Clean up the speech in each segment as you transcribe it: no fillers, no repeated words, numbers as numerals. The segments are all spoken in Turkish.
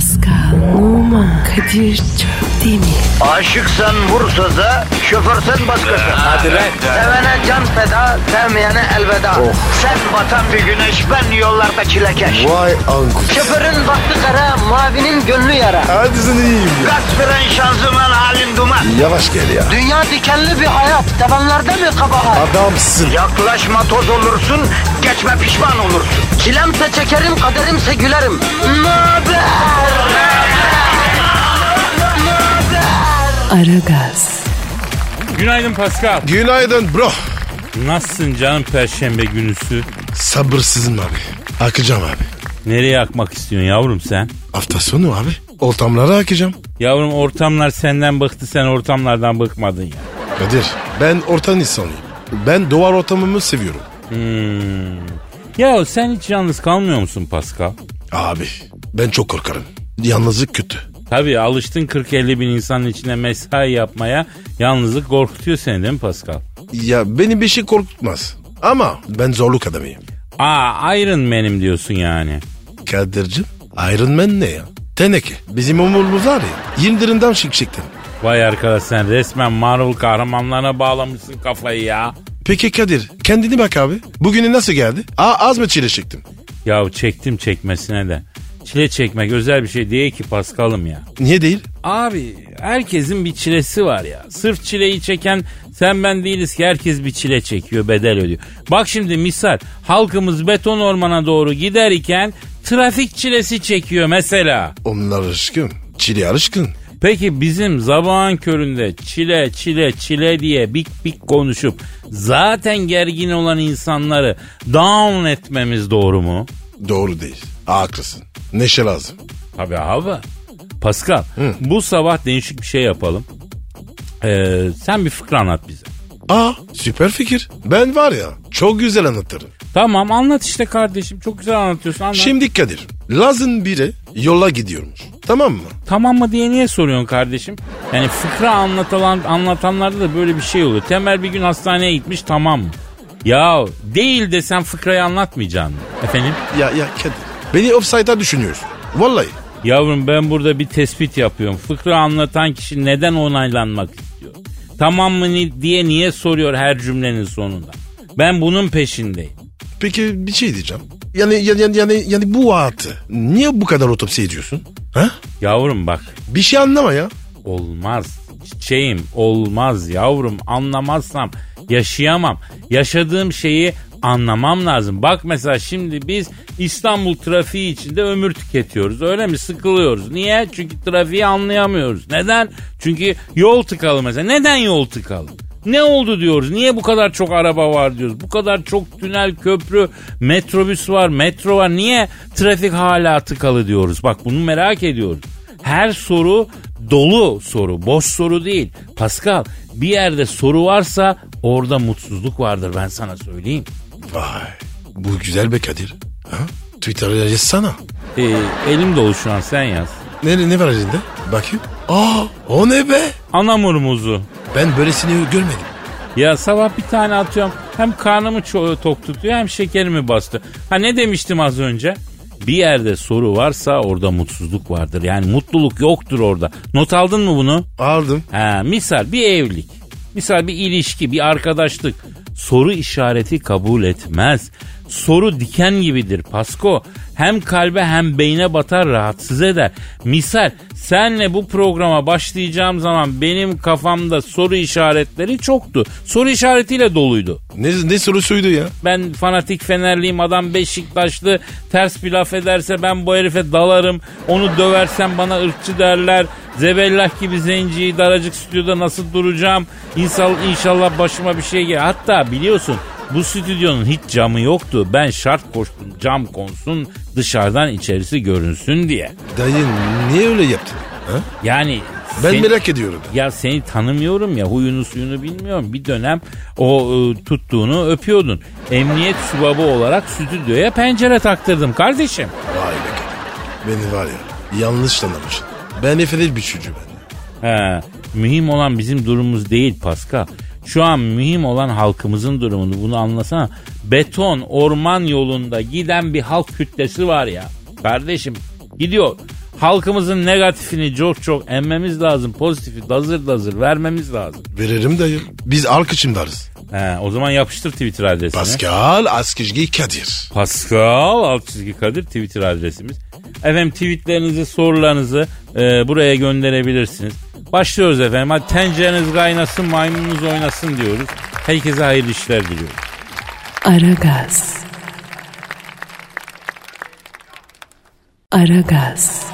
Pascal, Oman, Kadir çok değil mi? Aşıksan vursa da, şoförsen başkasın. Hadi lan. Sevene can feda, sevmeyene elveda. Sen batan bir güneş, ben yollarda çilekeş. Vay anku. Şoförün baktı kara, mavinin gönlü yara. Hadi sen iyiyim ya. Kasperen şanzıman halin duman. Yavaş gel ya. Dünya dikenli bir hayat, sevenlerde mi kabahar? Adamsın. Yaklaşma toz olursun, geçme pişman olursun. Çilemse çekerim, kaderimse gülerim. Möber! Aragaz, Günaydın Pascal. Günaydın bro. Nasılsın canım perşembe günüsü? Sabırsızım abi. Akacağım abi. Nereye akmak istiyorsun yavrum sen? Hafta sonu abi. Ortamlara akacağım. Yavrum ortamlar senden bıktı, sen ortamlardan bıkmadın ya. Kadir ben ortam insanıyım. Ben doğal ortamımı seviyorum. Ya sen hiç yalnız kalmıyor musun Pascal? Abi ben çok korkarım. Yalnızlık kötü. Tabii alıştın 40-50 bin insanın içine mesai yapmaya, yalnızlık korkutuyor seni değil mi Pascal? Ya beni bir şey korkutmaz. Ama ben zorluk adamıyım. Iron Man'im diyorsun yani. Kadir'cim Iron Man ne ya? Teneke. Bizim umurumuz var ya. Yıldırımdan çıkacaktım. Vay arkadaş sen resmen Marvel kahramanlarına bağlamışsın kafayı ya. Peki Kadir kendine bak abi. Bugüne nasıl geldi? Az mı çile çektim? Ya çektim çekmesine de. Çile çekmek özel bir şey değil ki Pascal'ım ya. Niye değil? Abi herkesin bir çilesi var ya. Sırf çileyi çeken sen ben değiliz ki, herkes bir çile çekiyor, bedel ödüyor. Bak şimdi misal halkımız beton ormana doğru gider iken trafik çilesi çekiyor mesela. Onlar alışkın. Çile alışkın. Peki bizim sabahın köründe çile diye bik konuşup zaten gergin olan insanları down etmemiz doğru mu? Doğru değil. Haklısın. Neşe lazım. Tabii abi. Pascal, bu sabah değişik bir şey yapalım. Sen bir fıkra anlat bize. Süper fikir. Ben var ya çok güzel anlatırım. Tamam anlat işte kardeşim. Çok güzel anlatıyorsun, anlat. Şimdi Kadir, Laz'ın biri yola gidiyormuş. Tamam mı? Tamam mı diye niye soruyorsun kardeşim? Yani fıkra anlatanlarda da böyle bir şey oluyor. Temel bir gün hastaneye gitmiş, tamam mı? Ya değil de sen fıkrayı anlatmayacaksın. Efendim? Ya Kadir, beni offside'a düşünüyorsun. Vallahi. Yavrum ben burada bir tespit yapıyorum. Fıkra anlatan kişi neden onaylanmak istiyor? Tamam mı diye niye soruyor her cümlenin sonunda? Ben bunun peşindeyim. Peki bir şey diyeceğim. Yani bu hayatı niye bu kadar otopsi ediyorsun? Ha? Yavrum bak. Bir şey anlama ya. Olmaz çiçeğim, olmaz yavrum, anlamazsam yaşayamam. Yaşadığım şeyi anlamam lazım. Bak mesela şimdi biz İstanbul trafiği içinde ömür tüketiyoruz, öyle mi? Sıkılıyoruz. Niye? Çünkü trafiği anlayamıyoruz. Neden? Çünkü yol tıkalı mesela. Neden yol tıkalı? Ne oldu diyoruz? Niye bu kadar çok araba var diyoruz? Bu kadar çok tünel, köprü, metrobüs var, metro var. Niye trafik hala tıkalı diyoruz? Bak bunu merak ediyoruz. Her soru dolu soru, boş soru değil. Pascal, bir yerde soru varsa orada mutsuzluk vardır, ben sana söyleyeyim. Vay, bu güzel be Kadir. Ha? Twitter'a yazsana. Elim dolu şu an, sen yaz. Ne var elinde? Bakayım. O ne be? Anamur muzu. Ben böylesini görmedim. Ya sabah bir tane atıyorum. Hem karnımı tok tutuyor hem şekerimi bastı. Ha ne demiştim az önce? Bir yerde soru varsa orada mutsuzluk vardır. Yani mutluluk yoktur orada. Not aldın mı bunu? Aldım. Misal bir evlilik. Misal bir ilişki, bir arkadaşlık. Soru işareti kabul etmez. Soru diken gibidir Pasko. Hem kalbe hem beyne batar, rahatsız eder. Misal senle bu programa başlayacağım zaman benim kafamda soru işaretleri çoktu. Soru işaretiyle doluydu. Ne sorusuydu ya? Ben fanatik Fenerliyim, adam Beşiktaşlı, ters bir laf ederse ben bu herife dalarım. Onu döversem bana ırkçı derler. Zebellah gibi zenciyi daracık stüdyoda nasıl duracağım? İnşallah başıma bir şey gelir. Hatta biliyorsun bu stüdyonun hiç camı yoktu. Ben şart koştum cam konsun, dışarıdan içerisi görünsün diye. Dayı niye öyle yaptın? Ha? Yani ben merak ediyorum. Ya seni tanımıyorum ya, huyunu suyunu bilmiyorum. Bir dönem o tuttuğunu öpüyordun. Emniyet subabı olarak stüdyoya pencere taktırdım kardeşim. Vay be Kadir. Beni var ya yanlış tanımışsın. Ben efendim bir çocuğum ben. Mühim olan bizim durumumuz değil Pascal. Şu an mühim olan halkımızın durumunu, bunu anlasana. Beton orman yolunda giden bir halk kütlesi var ya. Kardeşim gidiyor. Halkımızın negatifini çok emmemiz lazım. Pozitifi dazır vermemiz lazım. Veririm dayı. Biz halk için varız. O zaman yapıştır Twitter adresini. Pascal Askizgi Kadir. Pascal Kadir Twitter adresimiz. Efendim tweetlerinizi, sorularınızı buraya gönderebilirsiniz. Başlıyoruz efendim. Hadi tencereniz kaynasın, maymununuz oynasın diyoruz. Herkese hayırlı işler diliyoruz. Aragaz.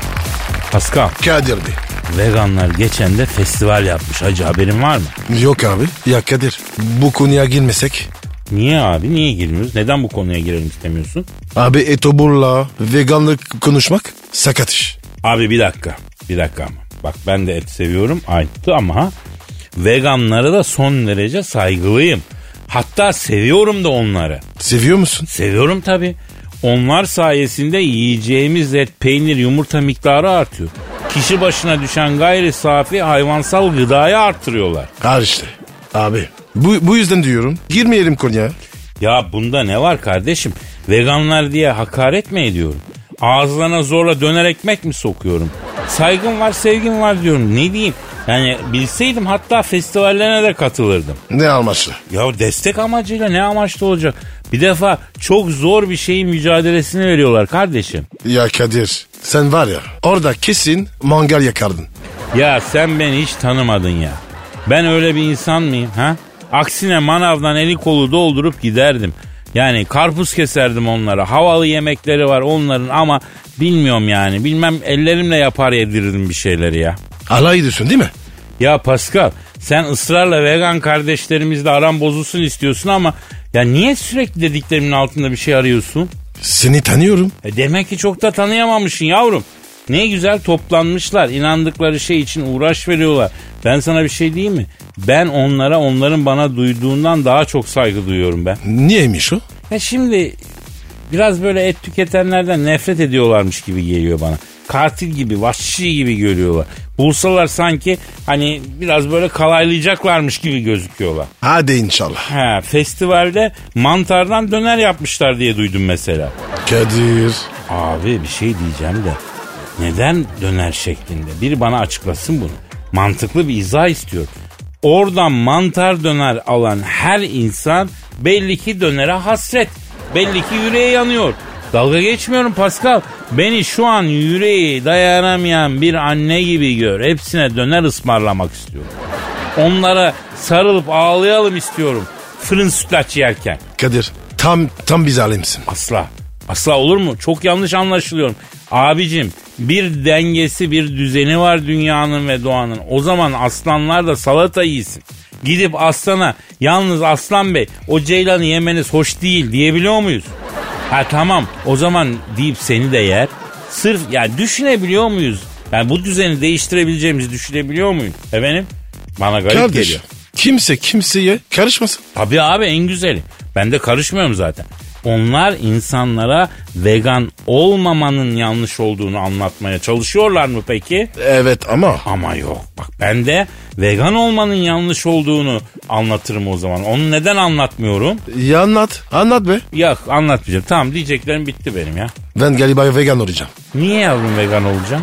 Pascal. Kadir Bey. Veganlar geçen de festival yapmış. Hacı haberin var mı? Yok abi. Ya Kadir, bu konuya girmesek? Niye abi? Niye girmiyoruz? Neden bu konuya girelim istemiyorsun? Abi etoburla veganlık konuşmak sakat iş. Abi bir dakika ama. Bak ben de et seviyorum ama veganlara da son derece saygılıyım. Hatta seviyorum da onları. Seviyor musun? Seviyorum tabii. Onlar sayesinde yiyeceğimiz et, peynir, yumurta miktarı artıyor. Kişi başına düşen gayri safi hayvansal gıdayı artırıyorlar. Har işte. Abi bu yüzden diyorum girmeyelim konuya. Ya bunda ne var kardeşim? Veganlar diye hakaret mi ediyorum? Ağızlarına zorla döner ekmek mi sokuyorum? Saygım var, sevgim var diyorum. Ne diyeyim? Yani bilseydim hatta festivallerine de katılırdım. Ne amaçlı? Ya destek amacıyla ne amaçlı olacak? Bir defa çok zor bir şeyin mücadelesini veriyorlar kardeşim. Ya Kadir, sen var ya orada kesin mangal yakardın. Ya sen beni hiç tanımadın ya. Ben öyle bir insan mıyım ha? Aksine manavdan eli kolu doldurup giderdim. Yani karpuz keserdim onlara. Havalı yemekleri var onların ama bilmiyorum yani. Bilmem ellerimle yapar yedirirdim bir şeyleri ya. Alay ediyorsun değil mi? Ya Pascal sen ısrarla vegan kardeşlerimizle aran bozulsun istiyorsun ama ya niye sürekli dediklerimin altında bir şey arıyorsun? Seni tanıyorum. Demek ki çok da tanıyamamışsın yavrum. Ne güzel toplanmışlar. İnandıkları şey için uğraş veriyorlar. Ben sana bir şey diyeyim mi? Ben onlara onların bana duyduğundan daha çok saygı duyuyorum ben. Niyeymiş o? Ya şimdi biraz böyle et tüketenlerden nefret ediyorlarmış gibi geliyor bana. Katil gibi, vahşi gibi görüyorlar. Bulsalar sanki hani biraz böyle kalaylayacaklarmış gibi gözüküyorlar. Hadi inşallah. Festivalde mantardan döner yapmışlar diye duydum mesela. Kadir. Abi bir şey diyeceğim de neden döner şeklinde? Biri bana açıklasın bunu. Mantıklı bir izah istiyor. Oradan mantar döner alan her insan belli ki dönere hasret. Belli ki yüreği yanıyor. Dalga geçmiyorum Pascal. Beni şu an yüreği dayanamayan bir anne gibi gör. Hepsine döner ısmarlamak istiyorum. Onlara sarılıp ağlayalım istiyorum. Fırın sütlaç yerken. Kadir tam bir zalimsin. Asla olur mu? Çok yanlış anlaşılıyorum. Abicim bir dengesi bir düzeni var dünyanın ve doğanın. O zaman aslanlar da salata yesin. Gidip aslana yalnız aslan bey o ceylanı yemeniz hoş değil diyebiliyor muyuz? Tamam o zaman deyip seni de yer. Sırf yani düşünebiliyor muyuz? Yani bu düzeni değiştirebileceğimizi düşünebiliyor muyuz? Efendim? Bana garip Kardeş, geliyor. kimse kimseye karışmasın. Tabii abi en güzeli. Ben de karışmıyorum zaten. Onlar insanlara vegan olmamanın yanlış olduğunu anlatmaya çalışıyorlar mı peki? Evet ama. Ama yok. Bak ben de vegan olmanın yanlış olduğunu anlatırım o zaman. Onu neden anlatmıyorum? Ya anlat be. Yok anlatmayacağım. Tamam diyeceklerim bitti benim ya. Ben galiba vegan olacağım. Niye yavrum vegan olacağım?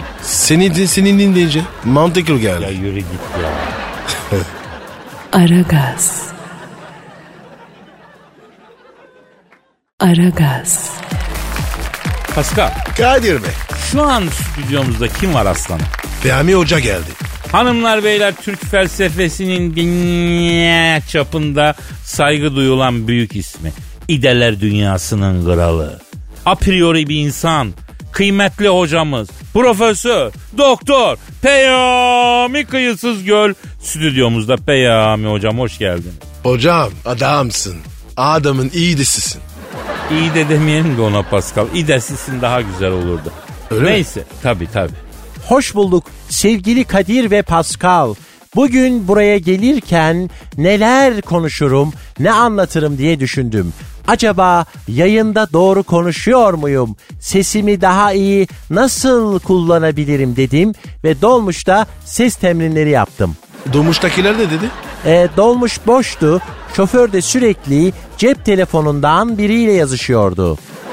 Senin dinleyince mantıklı geldi. Ya yürü git ya. Aragaz. Pascal. Kadir Bey. Şu an stüdyomuzda kim var aslanım? Fehmi Hoca geldi. Hanımlar beyler Türk felsefesinin dünya çapında saygı duyulan büyük ismi. İdeler dünyasının kralı. A priori bir insan. Kıymetli hocamız. Profesör. Doktor. Peyami Kıyısız Göl. Stüdyomuzda Peyami hocam hoş geldin. Hocam adamsın. Adamın iyisisin. İyi de demeyelim de ona Pascal. İdesisin daha güzel olurdu. Öyle Neyse mi? tabii. Hoş bulduk sevgili Kadir ve Pascal. Bugün buraya gelirken neler konuşurum, ne anlatırım diye düşündüm. Acaba yayında doğru konuşuyor muyum? Sesimi daha iyi nasıl kullanabilirim dedim ve dolmuşta ses temrinleri yaptım. Dolmuştakiler ne dedi? Dolmuş boştu. Şoför de sürekli cep telefonundan biriyle yazışıyordu.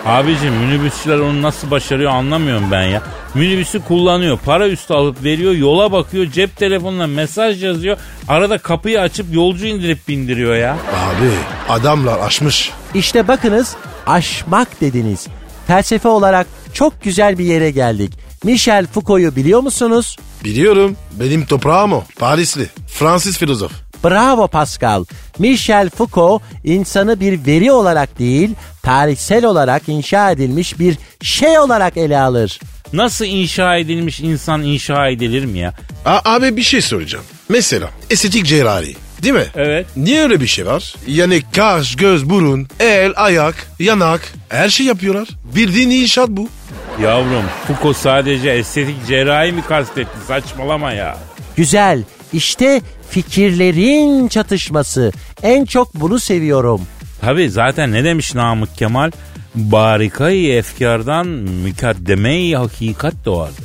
Abicim minibüsçüler onu nasıl başarıyor anlamıyorum ben ya. Minibüsü kullanıyor, para üstü alıp veriyor, yola bakıyor, cep telefonuna mesaj yazıyor. Arada kapıyı açıp yolcu indirip bindiriyor ya. Abi adamlar aşmış. İşte bakınız, aşmak dediniz. Felsefe olarak çok güzel bir yere geldik. Michel Foucault'u biliyor musunuz? Biliyorum. Benim toprağım o. Parisli. Fransız filozof. Bravo Pascal. Michel Foucault insanı bir veri olarak değil, tarihsel olarak inşa edilmiş bir şey olarak ele alır. Nasıl inşa edilmiş insan inşa edilir mi ya? Abi bir şey soracağım. Mesela estetik cerrahi. Değil mi? Evet. Niye öyle bir şey var? Yani kaş, göz, burun, el, ayak, yanak her şey yapıyorlar. Bildiğin inşaat bu. Yavrum Foucault sadece estetik cerrahi mi kastetti? Saçmalama ya. Güzel. İşte fikirlerin çatışması. En çok bunu seviyorum. Tabii zaten ne demiş Namık Kemal? Barikayı efkardan mükaddeme-i hakikat doğardı.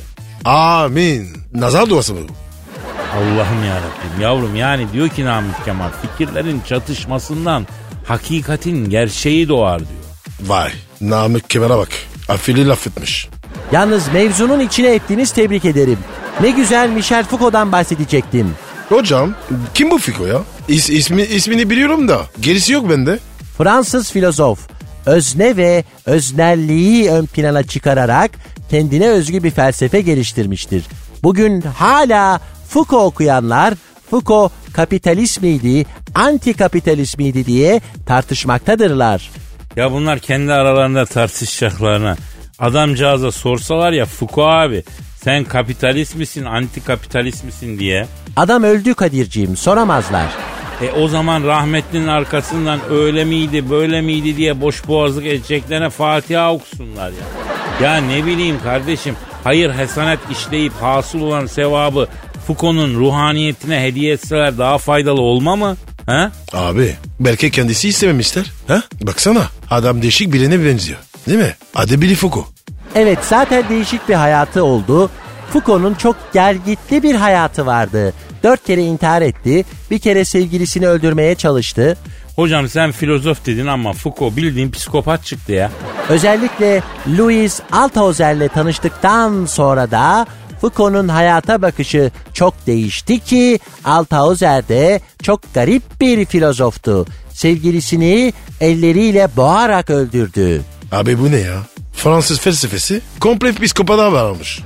Amin. Nazar duası bu. Allah'ım yarabbim yavrum, yani diyor ki Namık Kemal, fikirlerin çatışmasından hakikatin gerçeği doğar diyor. Vay. Namık Kemal'a bak. Afili laf etmiş. Yalnız mevzunun içine ettiniz, tebrik ederim. Ne güzel Michel Foucault'dan bahsedecektim. Hocam kim bu Foucault ya? İsmini biliyorum da gerisi yok bende. Fransız filozof. Özne ve öznelliği ön plana çıkararak kendine özgü bir felsefe geliştirmiştir. Bugün hala Foucault okuyanlar Foucault kapitalist miydi, anti-kapitalist miydi diye tartışmaktadırlar. Ya bunlar kendi aralarında tartışacaklarına adamcağıza sorsalar ya, Foucault abi sen kapitalist misin, anti-kapitalist misin diye. Adam öldü Kadirciğim, soramazlar. O zaman rahmetlinin arkasından öyle miydi böyle miydi diye boş boğazlık edeceklerine Fatiha okusunlar ya. Ya ne bileyim kardeşim, hayır hasenat işleyip hasıl olan sevabı Foucault'un ruhaniyetine hediye etseler daha faydalı olma mı? Ha? Abi belki kendisi istememişler. Ha? Baksana adam değişik birine benziyor. Değil mi? Adı Billy Foucault. Evet, zaten değişik bir hayatı oldu. Foucault'un çok gelgitli bir hayatı vardı. 4 kere intihar etti, bir kere sevgilisini öldürmeye çalıştı. Hocam sen filozof dedin ama Foucault bildiğin psikopat çıktı ya. Özellikle Louis Althusser'le tanıştıktan sonra da Foucault'un hayata bakışı çok değişti ki Althusser de çok garip bir filozoftu. Sevgilisini elleriyle boğarak öldürdü. Abi bu ne ya? Fransız felsefesi komple psikopata varmış.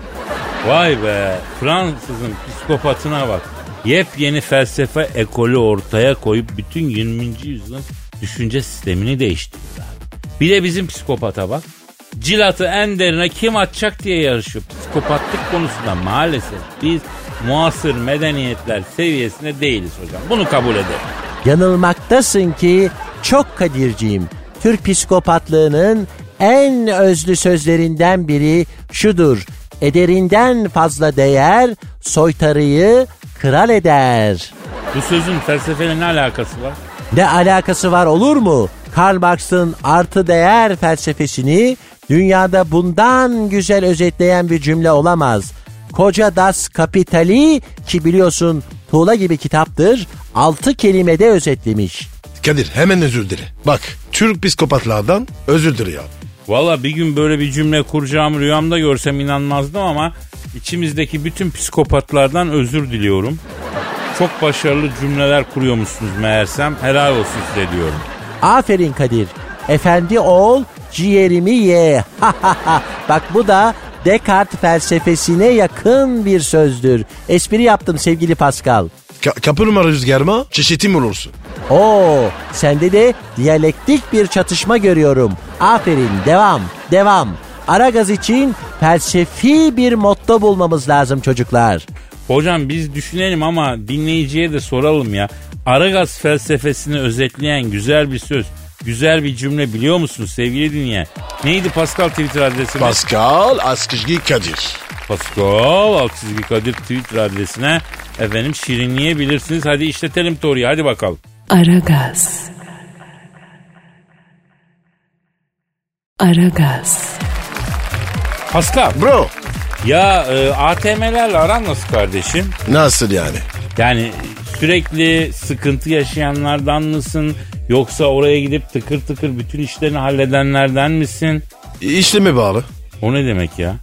Vay be, Fransızın psikopatına bak. Yepyeni felsefe ekolü ortaya koyup bütün 20. yüzyılın düşünce sistemini değiştiriyor abi. Bir de bizim psikopata bak. Cilatı en derine kim atacak diye yarışıyor. Psikopatlık konusunda maalesef biz muasır medeniyetler seviyesinde değiliz hocam. Bunu kabul edelim. Yanılmaktasın ki çok Kadirciğim. Türk psikopatlığının en özlü sözlerinden biri şudur: ederinden fazla değer soytarıyı kral eder. Bu sözün felsefeyle ne alakası var? Ne alakası var olur mu? Karl Marx'ın artı değer felsefesini dünyada bundan güzel özetleyen bir cümle olamaz. Koca Das Kapital'i, ki biliyorsun tuğla gibi kitaptır, 6 kelimede özetlemiş. Kadir hemen özür dile. Bak Türk psikopatlardan özür dile ya. Valla bir gün böyle bir cümle kuracağımı rüyamda görsem inanmazdım ama içimizdeki bütün psikopatlardan özür diliyorum. Çok başarılı cümleler kuruyormuşsunuz meğersem. Helal olsun size diyorum. Aferin Kadir. Efendi ol, ciğerimi ye. Bak bu da Descartes felsefesine yakın bir sözdür. Espri yaptım sevgili Pascal. Kapı numara rüzgarma çeşitim olursun. Oo, sende de diyalektik bir çatışma görüyorum. Aferin, devam. Aragaz için felsefi bir motto bulmamız lazım çocuklar. Hocam biz düşünelim ama dinleyiciye de soralım ya. Aragaz felsefesini özetleyen güzel bir söz, güzel bir cümle biliyor musunuz sevgili dinleyen? Neydi Pascal Twitter adresi? Pascal Askışgi Kadir. Pascal Askışgi Kadir Twitter adresine efendim şirinleyebilirsiniz. Hadi işletelim Tori'yi, hadi bakalım. Aragaz. Pascal. Bro. Ya ATM'lerle aran nasıl kardeşim? Nasıl yani? Yani sürekli sıkıntı yaşayanlardan mısın? Yoksa oraya gidip tıkır tıkır bütün işlerini halledenlerden misin? işleme bağlı. O ne demek ya?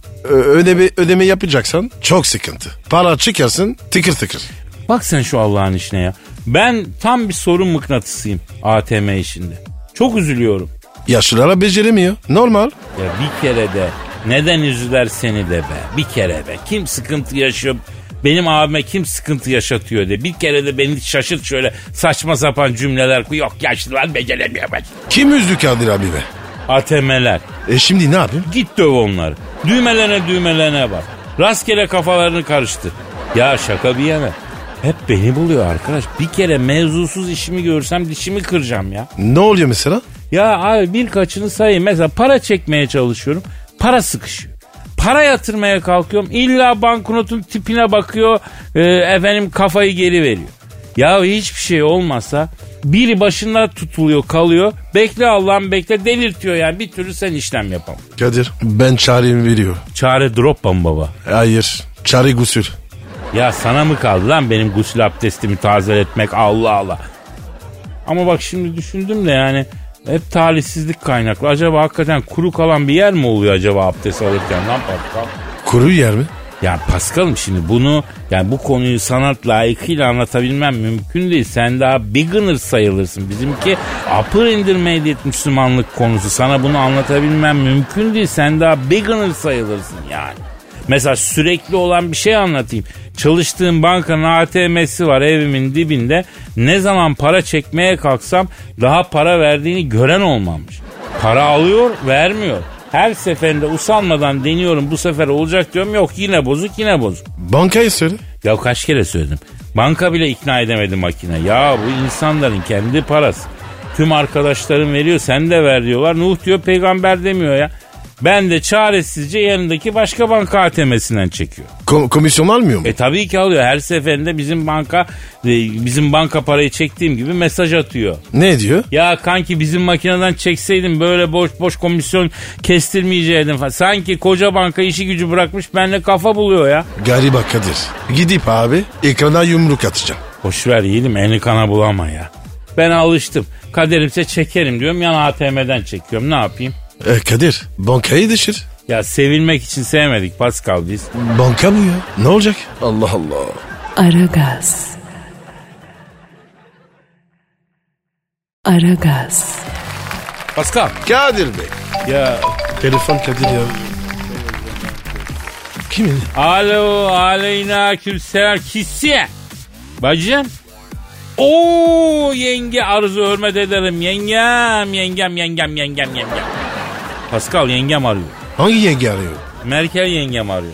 Ödeme yapacaksan çok sıkıntı. Para çıkarsın tıkır tıkır. Bak sen şu Allah'ın işine ya. Ben tam bir sorun mıknatısıyım ATM işinde. Çok üzülüyorum. Yaşlılara beceremiyor. Normal. Ya bir kere de neden üzüler seni de be. Bir kere be. Kim sıkıntı yaşıyor? Benim abime kim sıkıntı yaşatıyor de. Bir kere de beni şaşırt şöyle saçma sapan cümleler. Yok yaşlılar beceremiyor be. Kim üzdü Kadir abi be? ATM'ler. Şimdi ne yapayım? Git döv onları. Düğmelerine bak. Rastgele kafalarını karıştır. Ya şaka bir yana. Hep beni buluyor arkadaş. Bir kere mevzusuz işimi görsem dişimi kıracağım ya. Ne oluyor mesela? Ya abi birkaçını sayayım. Mesela para çekmeye çalışıyorum. Para sıkışıyor. Para yatırmaya kalkıyorum. İlla banknotun tipine bakıyor. Efendim kafayı geri veriyor. Ya hiçbir şey olmasa biri başında tutuluyor kalıyor. Bekle Allah'ım bekle delirtiyor yani. Bir türlü sen işlem yapamıyorsun. Kadir ben çaremi veriyor. Çare drop mu baba? Hayır. Çare gusül. Ya sana mı kaldı lan benim gusül abdestimi tazeletmek Allah Allah. Ama bak şimdi düşündüm de yani hep talihsizlik kaynaklı. Acaba hakikaten kuru kalan bir yer mi oluyor acaba abdest alırken lan Pascal? Kuru yer mi? Ya Pascal'ım şimdi bunu yani bu konuyu sanat layıkıyla anlatabilmem mümkün değil. Sen daha beginner sayılırsın. Bizimki upper intermediate Müslümanlık konusu. Sana bunu anlatabilmem mümkün değil. Sen daha beginner sayılırsın yani. Mesela sürekli olan bir şey anlatayım. Çalıştığım bankanın ATM'si var evimin dibinde. Ne zaman para çekmeye kalksam daha para verdiğini gören olmamış. Para alıyor, vermiyor. Her seferinde usanmadan deniyorum, bu sefer olacak diyorum, yok yine bozuk. Bankayı söyle. Ya kaç kere söyledim. Banka bile ikna edemedi makine. Ya bu insanların kendi parası. Tüm arkadaşlarım veriyor, sen de ver diyorlar. Nuh diyor, peygamber demiyor ya. Ben de çaresizce yanındaki başka banka ATM'sinden çekiyor. Komisyon almıyor mu? Tabii ki alıyor. Her seferinde bizim banka parayı çektiğim gibi mesaj atıyor. Ne diyor? Ya kanki bizim makineden çekseydin böyle boş komisyon kestirmeyeceydin falan. Sanki koca banka işi gücü bırakmış benimle kafa buluyor ya. Gariba Kadir. Gidip abi ekrana yumruk atacağım. Boşver yiğidim, elini kana bulama ya. Ben alıştım. Kaderimse çekerim diyorum, yan ATM'den çekiyorum, ne yapayım? Kadir bankayı düşür. Ya sevilmek için sevmedik Pascal biz. Banka bu ya. Ne olacak? Allah Allah. Aragaz. Pascal. Kadir Bey. Ya. Telefon Kadir ya. Kimin? Alo aleyna külselam kişi. Bacım. Oo yenge arzu hürmet ederim. Yengem. Pascal yengem arıyor. Hangi yenge arıyor? Merkel yengem arıyor.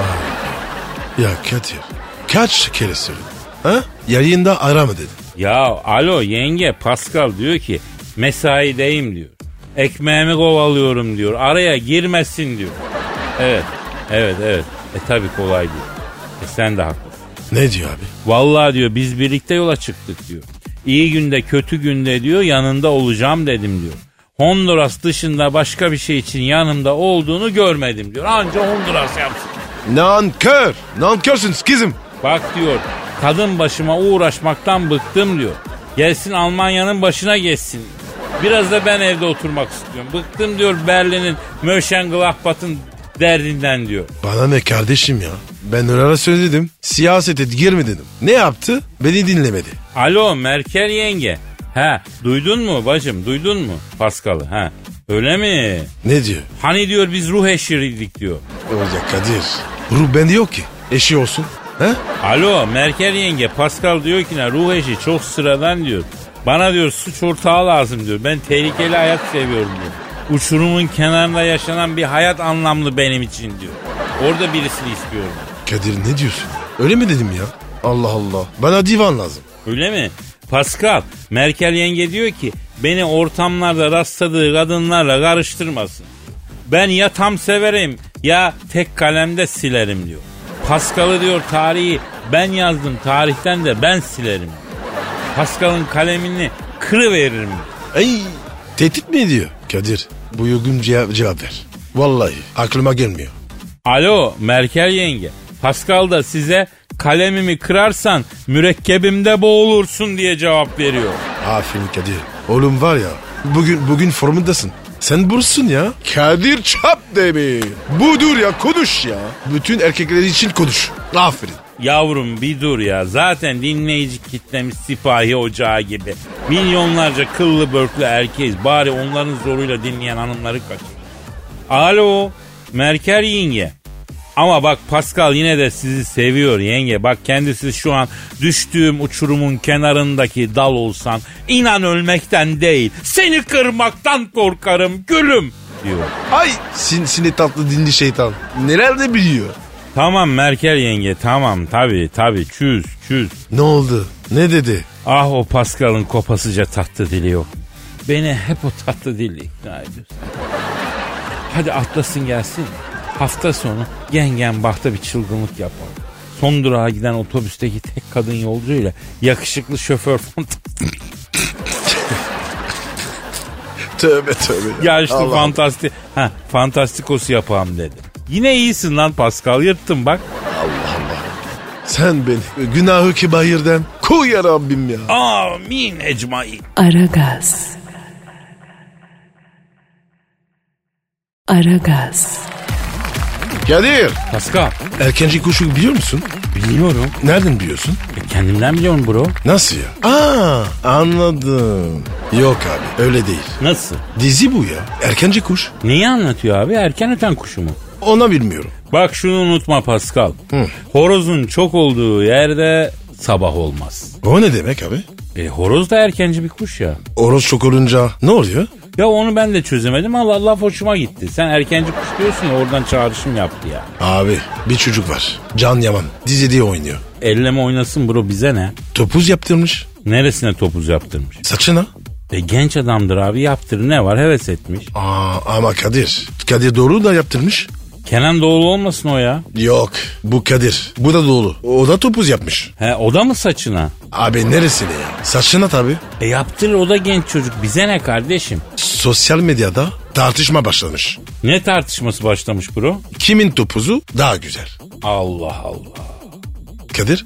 Ya Kadir. Kaç kere söyledin? Ha? Yayında arama dedi. Ya alo yenge, Pascal diyor ki mesaideyim diyor. Ekmeğimi kovalıyorum diyor. Araya girmesin diyor. Evet. Tabii kolay değil. Sen de haklısın. Ne diyor abi? Vallahi diyor biz birlikte yola çıktık diyor. İyi günde kötü günde diyor yanında olacağım dedim diyor. Honduras dışında başka bir şey için yanımda olduğunu görmedim diyor. Anca Honduras yapsın. Nankörsün kızım. Bak diyor kadın başıma uğraşmaktan bıktım diyor. Gelsin Almanya'nın başına geçsin. Biraz da ben evde oturmak istiyorum. Bıktım diyor Berlin'in Mönchengladbach'ın derdinden diyor. Bana ne kardeşim ya? Ben öyle söyledim. Siyasete girme dedim. Ne yaptı? Beni dinlemedi. Alo Merkel yenge. Ha duydun mu bacım, duydun mu Pascal'ı? Ha öyle mi? Ne diyor? Hani diyor biz ruh eşiriydik diyor. Olacak Kadir. Ruh bende yok ki. Eşi olsun. He? Alo Merkel yenge, Pascal diyor ki ne, ruh eşi çok sıradan diyor. Bana diyor suç ortağı lazım diyor. Ben tehlikeli hayat seviyorum diyor. Uçurumun kenarında yaşanan bir hayat anlamlı benim için diyor. Orada birisini istiyorum. Kadir ne diyorsun? Öyle mi dedim ya? Allah Allah. Bana divan lazım. Öyle mi? Pascal, Merkel yenge diyor ki beni ortamlarda rastladığı kadınlarla karıştırmasın. Ben ya tam severim ya tek kalemde silerim diyor. Pascal'ı diyor tarihi ben yazdım, tarihten de ben silerim. Pascal'ın kalemini kırıveririm. Ay, tehdit mi ediyor? Kadir buyurun cevap ver. Vallahi aklıma gelmiyor. Alo Merkel yenge, Pascal da size kalemimi kırarsan mürekkebimde boğulursun diye cevap veriyor. Aferin Kadir. Oğlum var ya bugün formundasın. Sen bursun ya. Kadir Çöpdemir. Budur ya, konuş ya. Bütün erkekler için konuş. Aferin. Yavrum bir dur ya. Zaten dinleyici kitlemiz sipahi ocağı gibi. Milyonlarca kıllı börklü erkeğiz. Bari onların zoruyla dinleyen hanımları kaçır. Alo Merker yenge. Ama bak Pascal yine de sizi seviyor yenge. Bak kendisi şu an düştüğüm uçurumun kenarındaki dal olsan inan ölmekten değil seni kırmaktan korkarım gülüm diyor. Ay seni tatlı dinli şeytan. Neler de biliyor. Tamam Merkel yenge tamam tabii çüz. Ne oldu? Ne dedi? Ah o Pascal'ın kopasıca tatlı dili yok. Beni hep o tatlı dille ikna ediyorsun. Hadi atlasın gelsin. Hafta sonu yengen bahta bir çılgınlık yapalım. Son durağa giden otobüsteki tek kadın yolcuyla yakışıklı şoför fantastik. Tövbe. Ya işte fantastikosu yapalım dedi. Yine iyisin lan Pascal yırttın bak. Allah. Sen beni günahı kibayırden koy ya Rabbim ya. Amin ecmaîn. Aragaz. Kadir. Pascal. Erkenci kuşu biliyor musun? Biliyorum. Nereden biliyorsun? Kendimden biliyorum bro. Nasıl ya? Anladım. Yok abi öyle değil. Nasıl? Dizi bu ya. Erkenci kuş. Neyi anlatıyor abi? Erken öten kuşu mu? Ona bilmiyorum. Bak şunu unutma Pascal. Horozun çok olduğu yerde sabah olmaz. O ne demek abi? Horoz da erkenci bir kuş ya. Horoz çok olunca ne oluyor? Ya onu ben de çözemedim ama Allah hoşuma gitti. Sen erkenci kuş diyorsun ya oradan çağrışım yaptı ya. Abi bir çocuk var. Can Yaman. Dizide oynuyor. Elleme oynasın bro bize ne? Topuz yaptırmış. Neresine topuz yaptırmış? Saçına. Genç adamdır abi yaptırır ne var heves etmiş. Ama Kadir Doğulu da yaptırmış. Kenan Doğulu olmasın o ya? Yok bu Kadir. Bu da Doğulu. O da topuz yapmış. O da mı saçına? Abi neresine ya? Saçına tabii. Yaptırır o da genç çocuk bize ne kardeşim? Sosyal medyada tartışma başlamış. Ne tartışması başlamış bro? Kimin topuzu daha güzel? Allah. Kadir?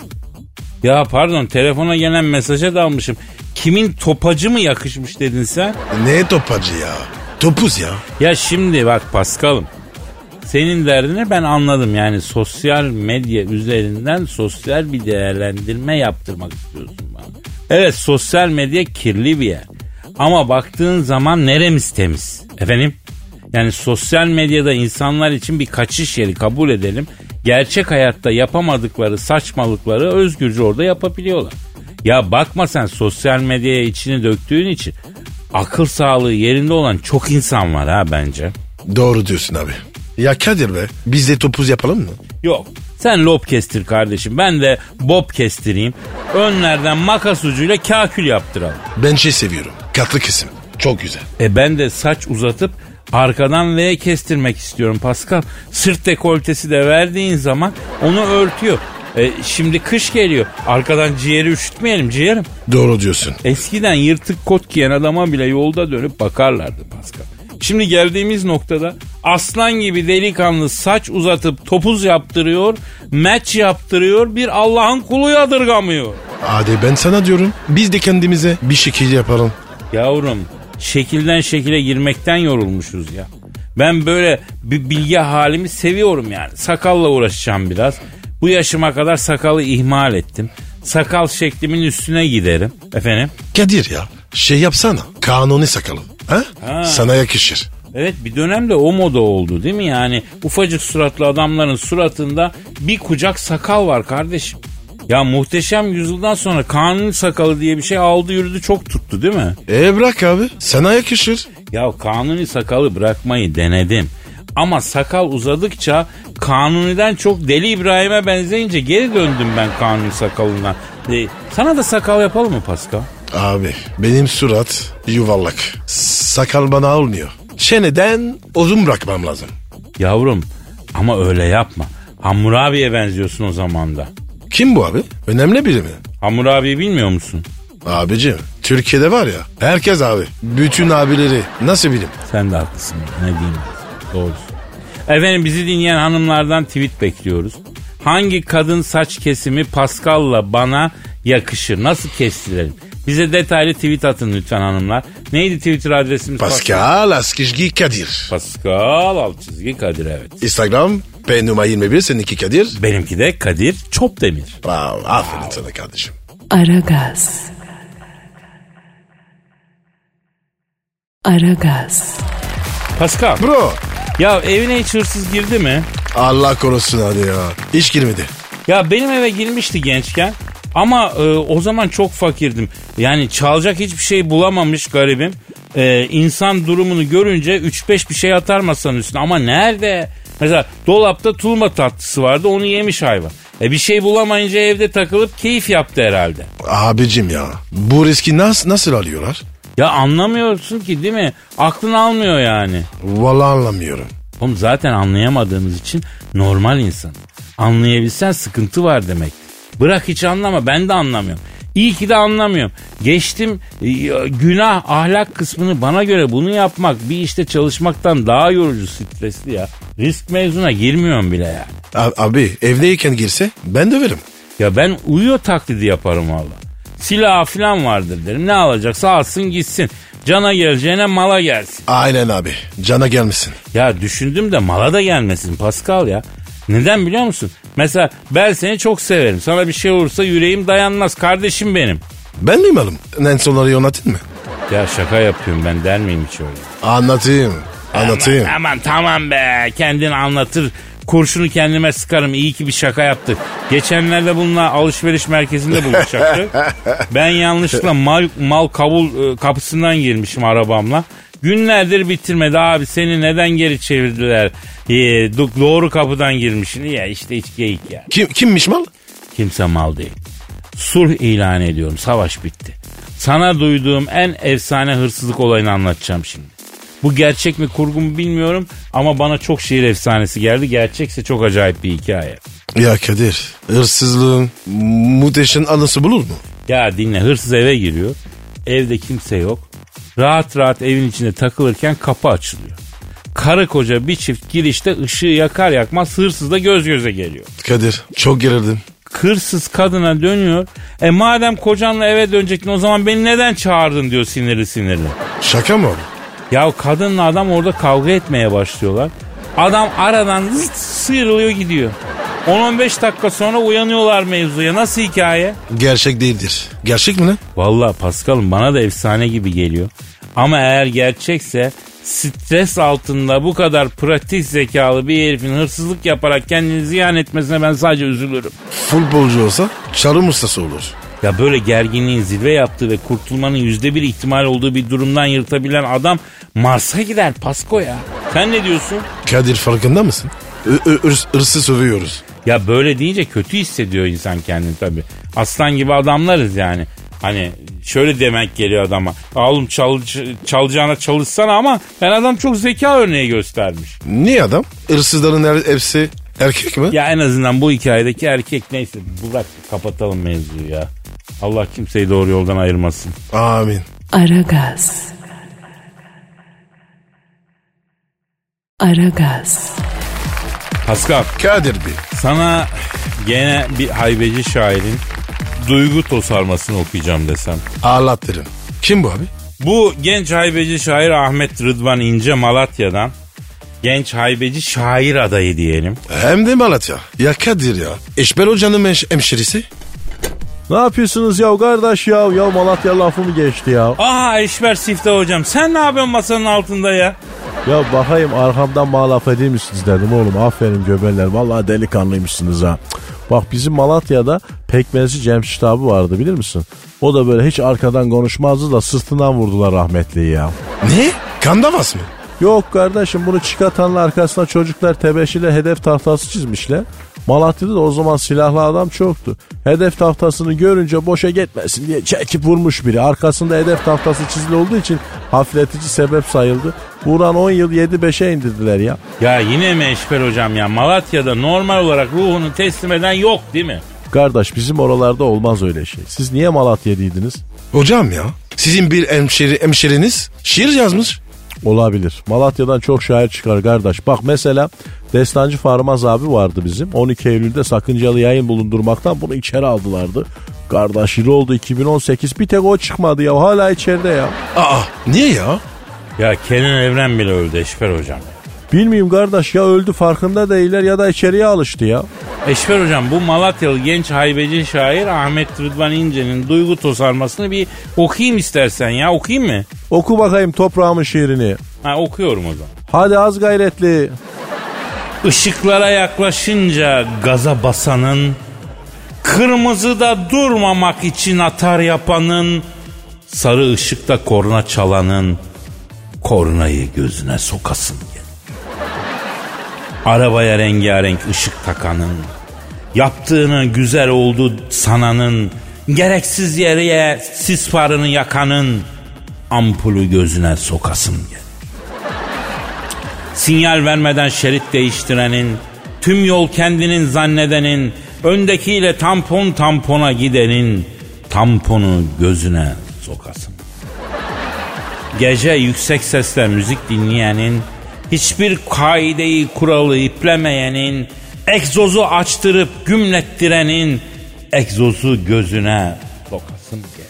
Ya pardon telefona gelen mesaja dalmışım. Kimin topacı mı yakışmış dedin sen? Ne topacı ya? Topuz ya. Ya şimdi bak Pascal'ım. Senin derdini ben anladım. Yani sosyal medya üzerinden sosyal bir değerlendirme yaptırmak istiyorsun bana. Evet sosyal medya kirli bir yer. Ama baktığın zaman neremiz temiz? Efendim? Yani sosyal medyada insanlar için bir kaçış yeri kabul edelim. Gerçek hayatta yapamadıkları saçmalıkları özgürce orada yapabiliyorlar. Ya bakma sen sosyal medyaya içini döktüğün için akıl sağlığı yerinde olan çok insan var ha bence. Doğru diyorsun abi. Ya Kadir be biz de topuz yapalım mı? Yok sen lob kestir kardeşim ben de bob kestireyim. Önlerden makas ucuyla kakül yaptıralım. Ben seviyorum katlı kesim çok güzel. Ben de saç uzatıp arkadan V kestirmek istiyorum Pascal. Sırt dekoltesi de verdiğin zaman onu örtüyor. Şimdi kış geliyor. Arkadan ciğeri üşütmeyelim ciğerim. Doğru diyorsun. Eskiden yırtık kot giyen adama bile yolda dönüp bakarlardı Pascal. Şimdi geldiğimiz noktada aslan gibi delikanlı saç uzatıp topuz yaptırıyor, match yaptırıyor, bir Allah'ın kulu yadırgamıyor. Hadi ben sana diyorum biz de kendimize bir şekil yapalım. Yavrum şekilden şekile girmekten yorulmuşuz ya. Ben böyle bir bilge halimi seviyorum yani. Sakalla uğraşacağım biraz. Bu yaşıma kadar sakalı ihmal ettim. Sakal şeklimin üstüne giderim. Efendim? Kadir ya yapsana kanuni sakalım. Ha? Sana yakışır. Evet bir dönemde o moda oldu değil mi? Yani ufacık suratlı adamların suratında bir kucak sakal var kardeşim. Ya Muhteşem Yüzyıl'dan sonra kanuni sakalı diye bir şey aldı yürüdü çok tuttu değil mi? Bırak abi sana yakışır. Ya kanuni sakalı bırakmayı denedim. Ama sakal uzadıkça Kanuni'den çok Deli İbrahim'e benzeyince geri döndüm ben Kanuni sakalından. Sana da sakal yapalım mı Pascal? Abi benim surat yuvarlak. Sakal bana olmuyor. Çeneden uzun bırakmam lazım. Yavrum ama öyle yapma. Hammurabi'ye benziyorsun o zaman da. Kim bu abi? Önemli biri mi? Hammurabi'yi bilmiyor musun? Abicim Türkiye'de var ya herkes abi. Bütün abileri nasıl bileyim? Sen de haklısın. Ne diyeyim? Doğrusu. Efendim bizi dinleyen hanımlardan tweet bekliyoruz. Hangi kadın saç kesimi Pascal'la bana yakışır? Nasıl kestirelim? Bize detaylı tweet atın lütfen hanımlar. Neydi Twitter adresimiz? Pascal Askizgi Kadir. Pascal _ Kadir, evet. Instagram P_21, seninki Kadir. Benimki de Kadir Çopdemir. Wow, aferin sana kardeşim. Aragaz. Aragaz. Pascal. Bro. Ya evine hiç hırsız girdi mi? Allah korusun hadi ya. Hiç girmedi. Ya benim eve girmişti gençken. Ama o zaman çok fakirdim. Yani çalacak hiçbir şey bulamamış garibim. İnsan durumunu görünce 3-5 bir şey atar masanın üstüne. Ama nerede? Mesela dolapta tulma tatlısı vardı, onu yemiş hayvan. Bir şey bulamayınca evde takılıp keyif yaptı herhalde. Abicim ya, bu riski nasıl alıyorlar? Ya anlamıyorsun ki değil mi? Aklın almıyor yani. Vallahi anlamıyorum. Oğlum zaten anlayamadığımız için normal insan. Anlayabilsen sıkıntı var demek. Bırak hiç anlama, ben de anlamıyorum. İyi ki de anlamıyorum. Geçtim günah ahlak kısmını, bana göre bunu yapmak bir işte çalışmaktan daha yorucu, stresli ya. Risk mevzuna girmiyorum bile yani. Abi evdeyken girse ben döverim. Ya ben uyuyor taklidi yaparım valla. Silah falan vardır derim, ne alacaksa alsın gitsin. Cana geleceğine mala gelsin. Aynen abi, cana gelmesin. Ya düşündüm de mala da gelmesin Pascal ya. Neden biliyor musun? Mesela ben seni çok severim. Sana bir şey olursa yüreğim dayanmaz kardeşim benim. Ben miyim oğlum? En sonları anlatayım mı? Ya şaka yapıyorum ben, der miyim hiç öyle? Anlatayım. Tamam be, kendin anlatır. Kurşunu kendime sıkarım, iyi ki bir şaka yaptık. Geçenlerde bununla alışveriş merkezinde buluşacaktık. Ben yanlışlıkla mal kabul kapısından girmişim arabamla. Günlerdir bitirmedi abi, seni neden geri çevirdiler? Doğru kapıdan girmişsin. Ya işte hiç geyik ya. Kimmiş mal? Kimse mal değil. Sulh ilan ediyorum, savaş bitti. Sana duyduğum en efsane hırsızlık olayını anlatacağım şimdi. Bu gerçek mi kurgu mu bilmiyorum ama bana çok şehir efsanesi geldi. Gerçekse çok acayip bir hikaye. Ya Kadir, hırsızlığın muhteşem anısı bulur mu? Ya dinle, hırsız eve giriyor. Evde kimse yok. Rahat rahat evin içinde takılırken kapı açılıyor. Karı koca bir çift girişte ışığı yakar yakmaz hırsızla göz göze geliyor. Kadir, çok gerildim. Hırsız kadına dönüyor. Madem kocanla eve dönecektin, o zaman beni neden çağırdın diyor sinirli sinirli. Şaka mı oldu? Ya kadınla adam orada kavga etmeye başlıyorlar. Adam aradan sıyrılıyor gidiyor. 10-15 dakika sonra uyanıyorlar mevzuya. Nasıl hikaye? Gerçek değildir. Gerçek mi lan? Vallahi Paskal'ım, bana da efsane gibi geliyor. Ama eğer gerçekse stres altında bu kadar pratik zekalı bir herifin hırsızlık yaparak kendini ziyan etmesine ben sadece üzülürüm. Futbolcu olsa çalım ustası olur. Ya böyle gerginliğin zirve yaptığı ve kurtulmanın %1 ihtimal olduğu bir durumdan yırtabilen adam Mars'a gider Pasko ya. Sen ne diyorsun? Kadir, farkında mısın? Hırsız övüyoruz. Ya böyle deyince kötü hissediyor insan kendini tabii. Aslan gibi adamlarız yani. Hani şöyle demek geliyor adama. Oğlum çalacağına çalışsana, ama ben adam çok zeka örneği göstermiş. Niye adam? Hırsızların hepsi erkek mi? Ya en azından bu hikayedeki erkek, neyse bırak kapatalım mevzuyu ya. Allah kimseyi doğru yoldan ayırmasın. Amin. Aragaz. Aragaz. Pascal. Kadir Bey. Sana gene bir haybeci şairin duygu tosarmasını okuyacağım desem. Ağlat derim. Kim bu abi? Bu genç haybeci şair Ahmet Rıdvan İnce, Malatya'dan. Genç haybeci şair adayı diyelim. Hem de Malatya. Ya Kadir ya. Eşber Hoca'nın hemşerisi. Ne yapıyorsunuz ya kardeş ya? Ya Malatya lafı mı geçti ya? Aha Eşber Siftah hocam, sen ne yapıyorsun masanın altında ya? Ya bakayım arkamdan bana laf edeyim misiniz dedim oğlum. Aferin göbeler, vallahi delikanlıymışsınız ha. Bak bizim Malatya'da pekmezci Cemşit abi vardı, bilir misin? O da böyle hiç arkadan konuşmazdı da sırtından vurdular rahmetliyi ya. Ne? Kan davası mı? Yok kardeşim, bunu çıkartanın arkasına çocuklar tebeşirle hedef tahtası çizmişler. Malatya'da da o zaman silahlı adam çoktu. Hedef tahtasını görünce boşa gitmesin diye çekip vurmuş biri. Arkasında hedef tahtası çizili olduğu için hafifletici sebep sayıldı. Vuran 10 yıl 7-5'e indirdiler ya. Ya yine mi Eşber hocam ya? Malatya'da normal olarak ruhunu teslim eden yok değil mi? Kardeş bizim oralarda olmaz öyle şey. Siz niye Malatya'daydınız? Hocam ya, sizin bir hemşeriniz şiir yazmış. Olabilir. Malatya'dan çok şair çıkar kardeş. Bak mesela Destancı Farmaz abi vardı bizim. 12 Eylül'de sakıncalı yayın bulundurmaktan bunu içeri aldılardı. Kardeş yıl oldu 2018 bir tek o çıkmadı ya hala içeride ya. Aa niye ya? Ya Kenan Evren bile öldü Eşber hocam. Bilmiyorum kardeş ya öldü farkında değiller ya da içeriye alıştı ya. Eşber hocam bu Malatyalı genç haybeci şair Ahmet Rıdvan İnce'nin duygu tosarmasını bir okuyayım istersen ya, okuyayım mı? Oku bakayım toprağımın şiirini. Ha, okuyorum o zaman. Hadi az gayretli. Işıklara yaklaşınca gaza basanın, kırmızıda durmamak için atar yapanın, sarı ışıkta korna çalanın, kornayı gözüne sokasın gel. Arabaya rengarenk ışık takanın, yaptığını güzel oldu sananın, gereksiz yere sis farını yakanın, ampulü gözüne sokasın gel. Sinyal vermeden şerit değiştirenin, tüm yol kendinin zannedenin, öndekiyle tampon tampona gidenin, tamponu gözüne sokasın. Gece yüksek sesle müzik dinleyenin, hiçbir kaideyi kuralı iplemeyenin, egzozu açtırıp gümlettirenin, egzozu gözüne sokasın gel.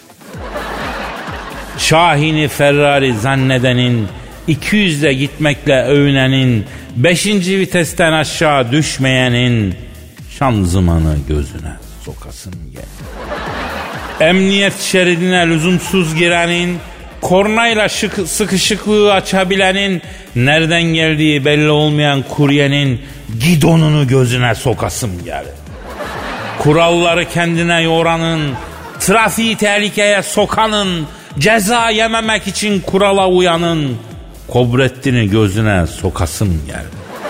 Şahini Ferrari zannedenin, 200'le gitmekle övünenin, 5. vitesten aşağı düşmeyenin, şanzımanı gözüne sokasın gel. Emniyet şeridine lüzumsuz girenin, kornayla sıkışıklığı açabilenin, nereden geldiği belli olmayan kuryenin, gidonunu gözüne sokasın gel. Kuralları kendine yoranın, trafiği tehlikeye sokanın, ceza yememek için kurala uyanın, Kobrettin'i gözüne sokasın gel.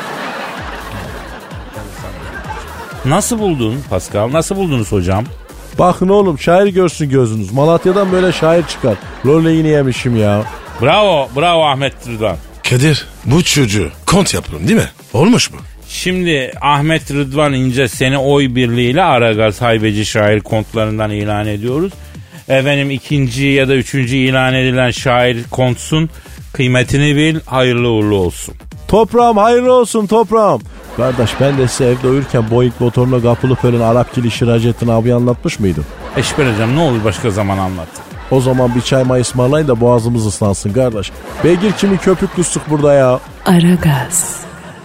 Nasıl buldun Pascal? Nasıl buldunuz hocam? Bakın oğlum şair görsün gözünüz. Malatya'dan böyle şair çıkar. Lolle'yi yemişim ya. Bravo, bravo Ahmet Rıdvan. Kadir bu çocuğu kont yapalım değil mi? Olmuş mu? Şimdi Ahmet Rıdvan İnce seni oy birliğiyle Aragaz haybeci şair kontlarından ilan ediyoruz. Efendim 2. ya da 3. ilan edilen şair kontsun, kıymetini bil, hayırlı uğurlu olsun. Toprağım hayırlı olsun toprağım. Kardeş ben de size evde uyurken Boeing motoruna kapılıp ölen Arap Kili Şiracettin abi anlatmış mıydım? Eşber hocam ne olur başka zaman anlat. O zaman bir çay may ısmarlayın da boğazımız ıslansın kardeş. Beygir kimi köpük sık burada ya. Aragaz.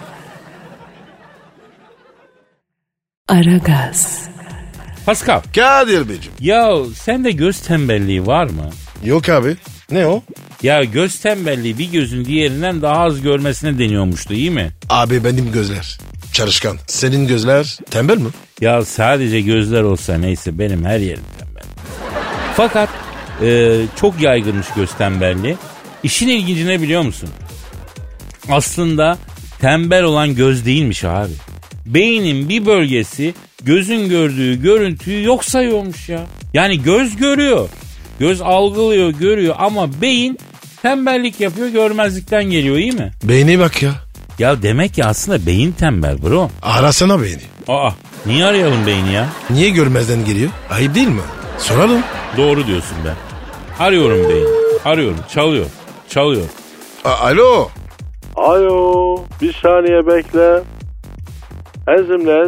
Aragaz. Pascal. Kadir Beyciğim. Ya sende göz tembelliği var mı? Yok abi. Ne o? Ya göz tembelliği bir gözün diğerinden daha az görmesine deniyormuştu, iyi mi? Abi benim gözler çalışkan. Senin gözler tembel mi? Ya sadece gözler olsa neyse, benim her yerim tembel. Fakat çok yaygınmış göz tembelliği. İşin ilginci ne biliyor musun? Aslında tembel olan göz değilmiş abi. Beynin bir bölgesi gözün gördüğü görüntüyü yok sayıyormuş ya. Yani göz görüyor. Göz algılıyor, görüyor ama beyin tembellik yapıyor, görmezlikten geliyor, iyi mi? Beyne bak ya. Ya demek ki aslında beyin tembel bro. Arasana beyni. Aa, niye arayalım beyni ya? Niye görmezden geliyor? Ayıp değil mi? Soralım. Doğru diyorsun be. Arıyorum beyni. Arıyorum. Çalıyor. Çalıyor. Alo. Alo. Bir saniye bekle. Enzimle.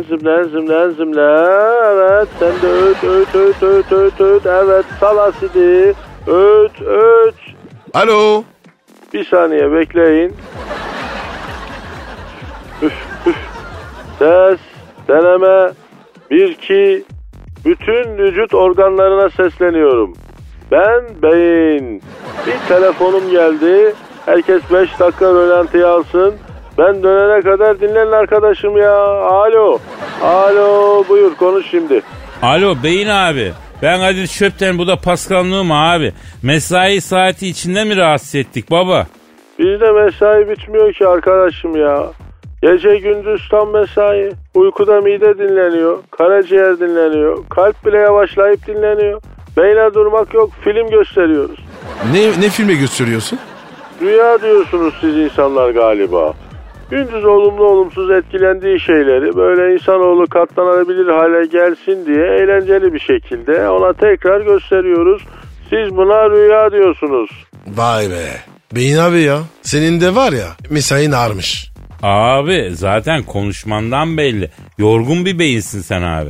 Evet. Sen de öt. Evet. Sal asidi. Öt. Alo. Bir saniye bekleyin. Üf. Ses. Deneme. 1-2. Bütün vücut organlarına sesleniyorum. Ben beyin. Bir telefonum geldi. Herkes 5 dakika rölantiye alsın. Ben dönene kadar dinlenin arkadaşım ya. Alo buyur konuş şimdi. Alo beyin abi. Ben Kadir Çöpten, bu da Pascal Numa abi. Mesai saati içinde mi rahatsız ettik baba? Bizde mesai bitmiyor ki arkadaşım ya. Gece gündüz tam mesai. Uykuda mide dinleniyor. Karaciğer dinleniyor. Kalp bile yavaşlayıp dinleniyor. Beyne durmak yok, film gösteriyoruz. Ne filmi gösteriyorsun? Rüya diyorsunuz siz insanlar galiba. Gündüz olumlu olumsuz etkilendiği şeyleri böyle insanoğlu katlanabilir hale gelsin diye eğlenceli bir şekilde ona tekrar gösteriyoruz. Siz buna rüya diyorsunuz. Vay be. Beyin abi ya. Senin de var ya mesain ağırmış. Abi zaten konuşmandan belli. Yorgun bir beyinsin sen abi.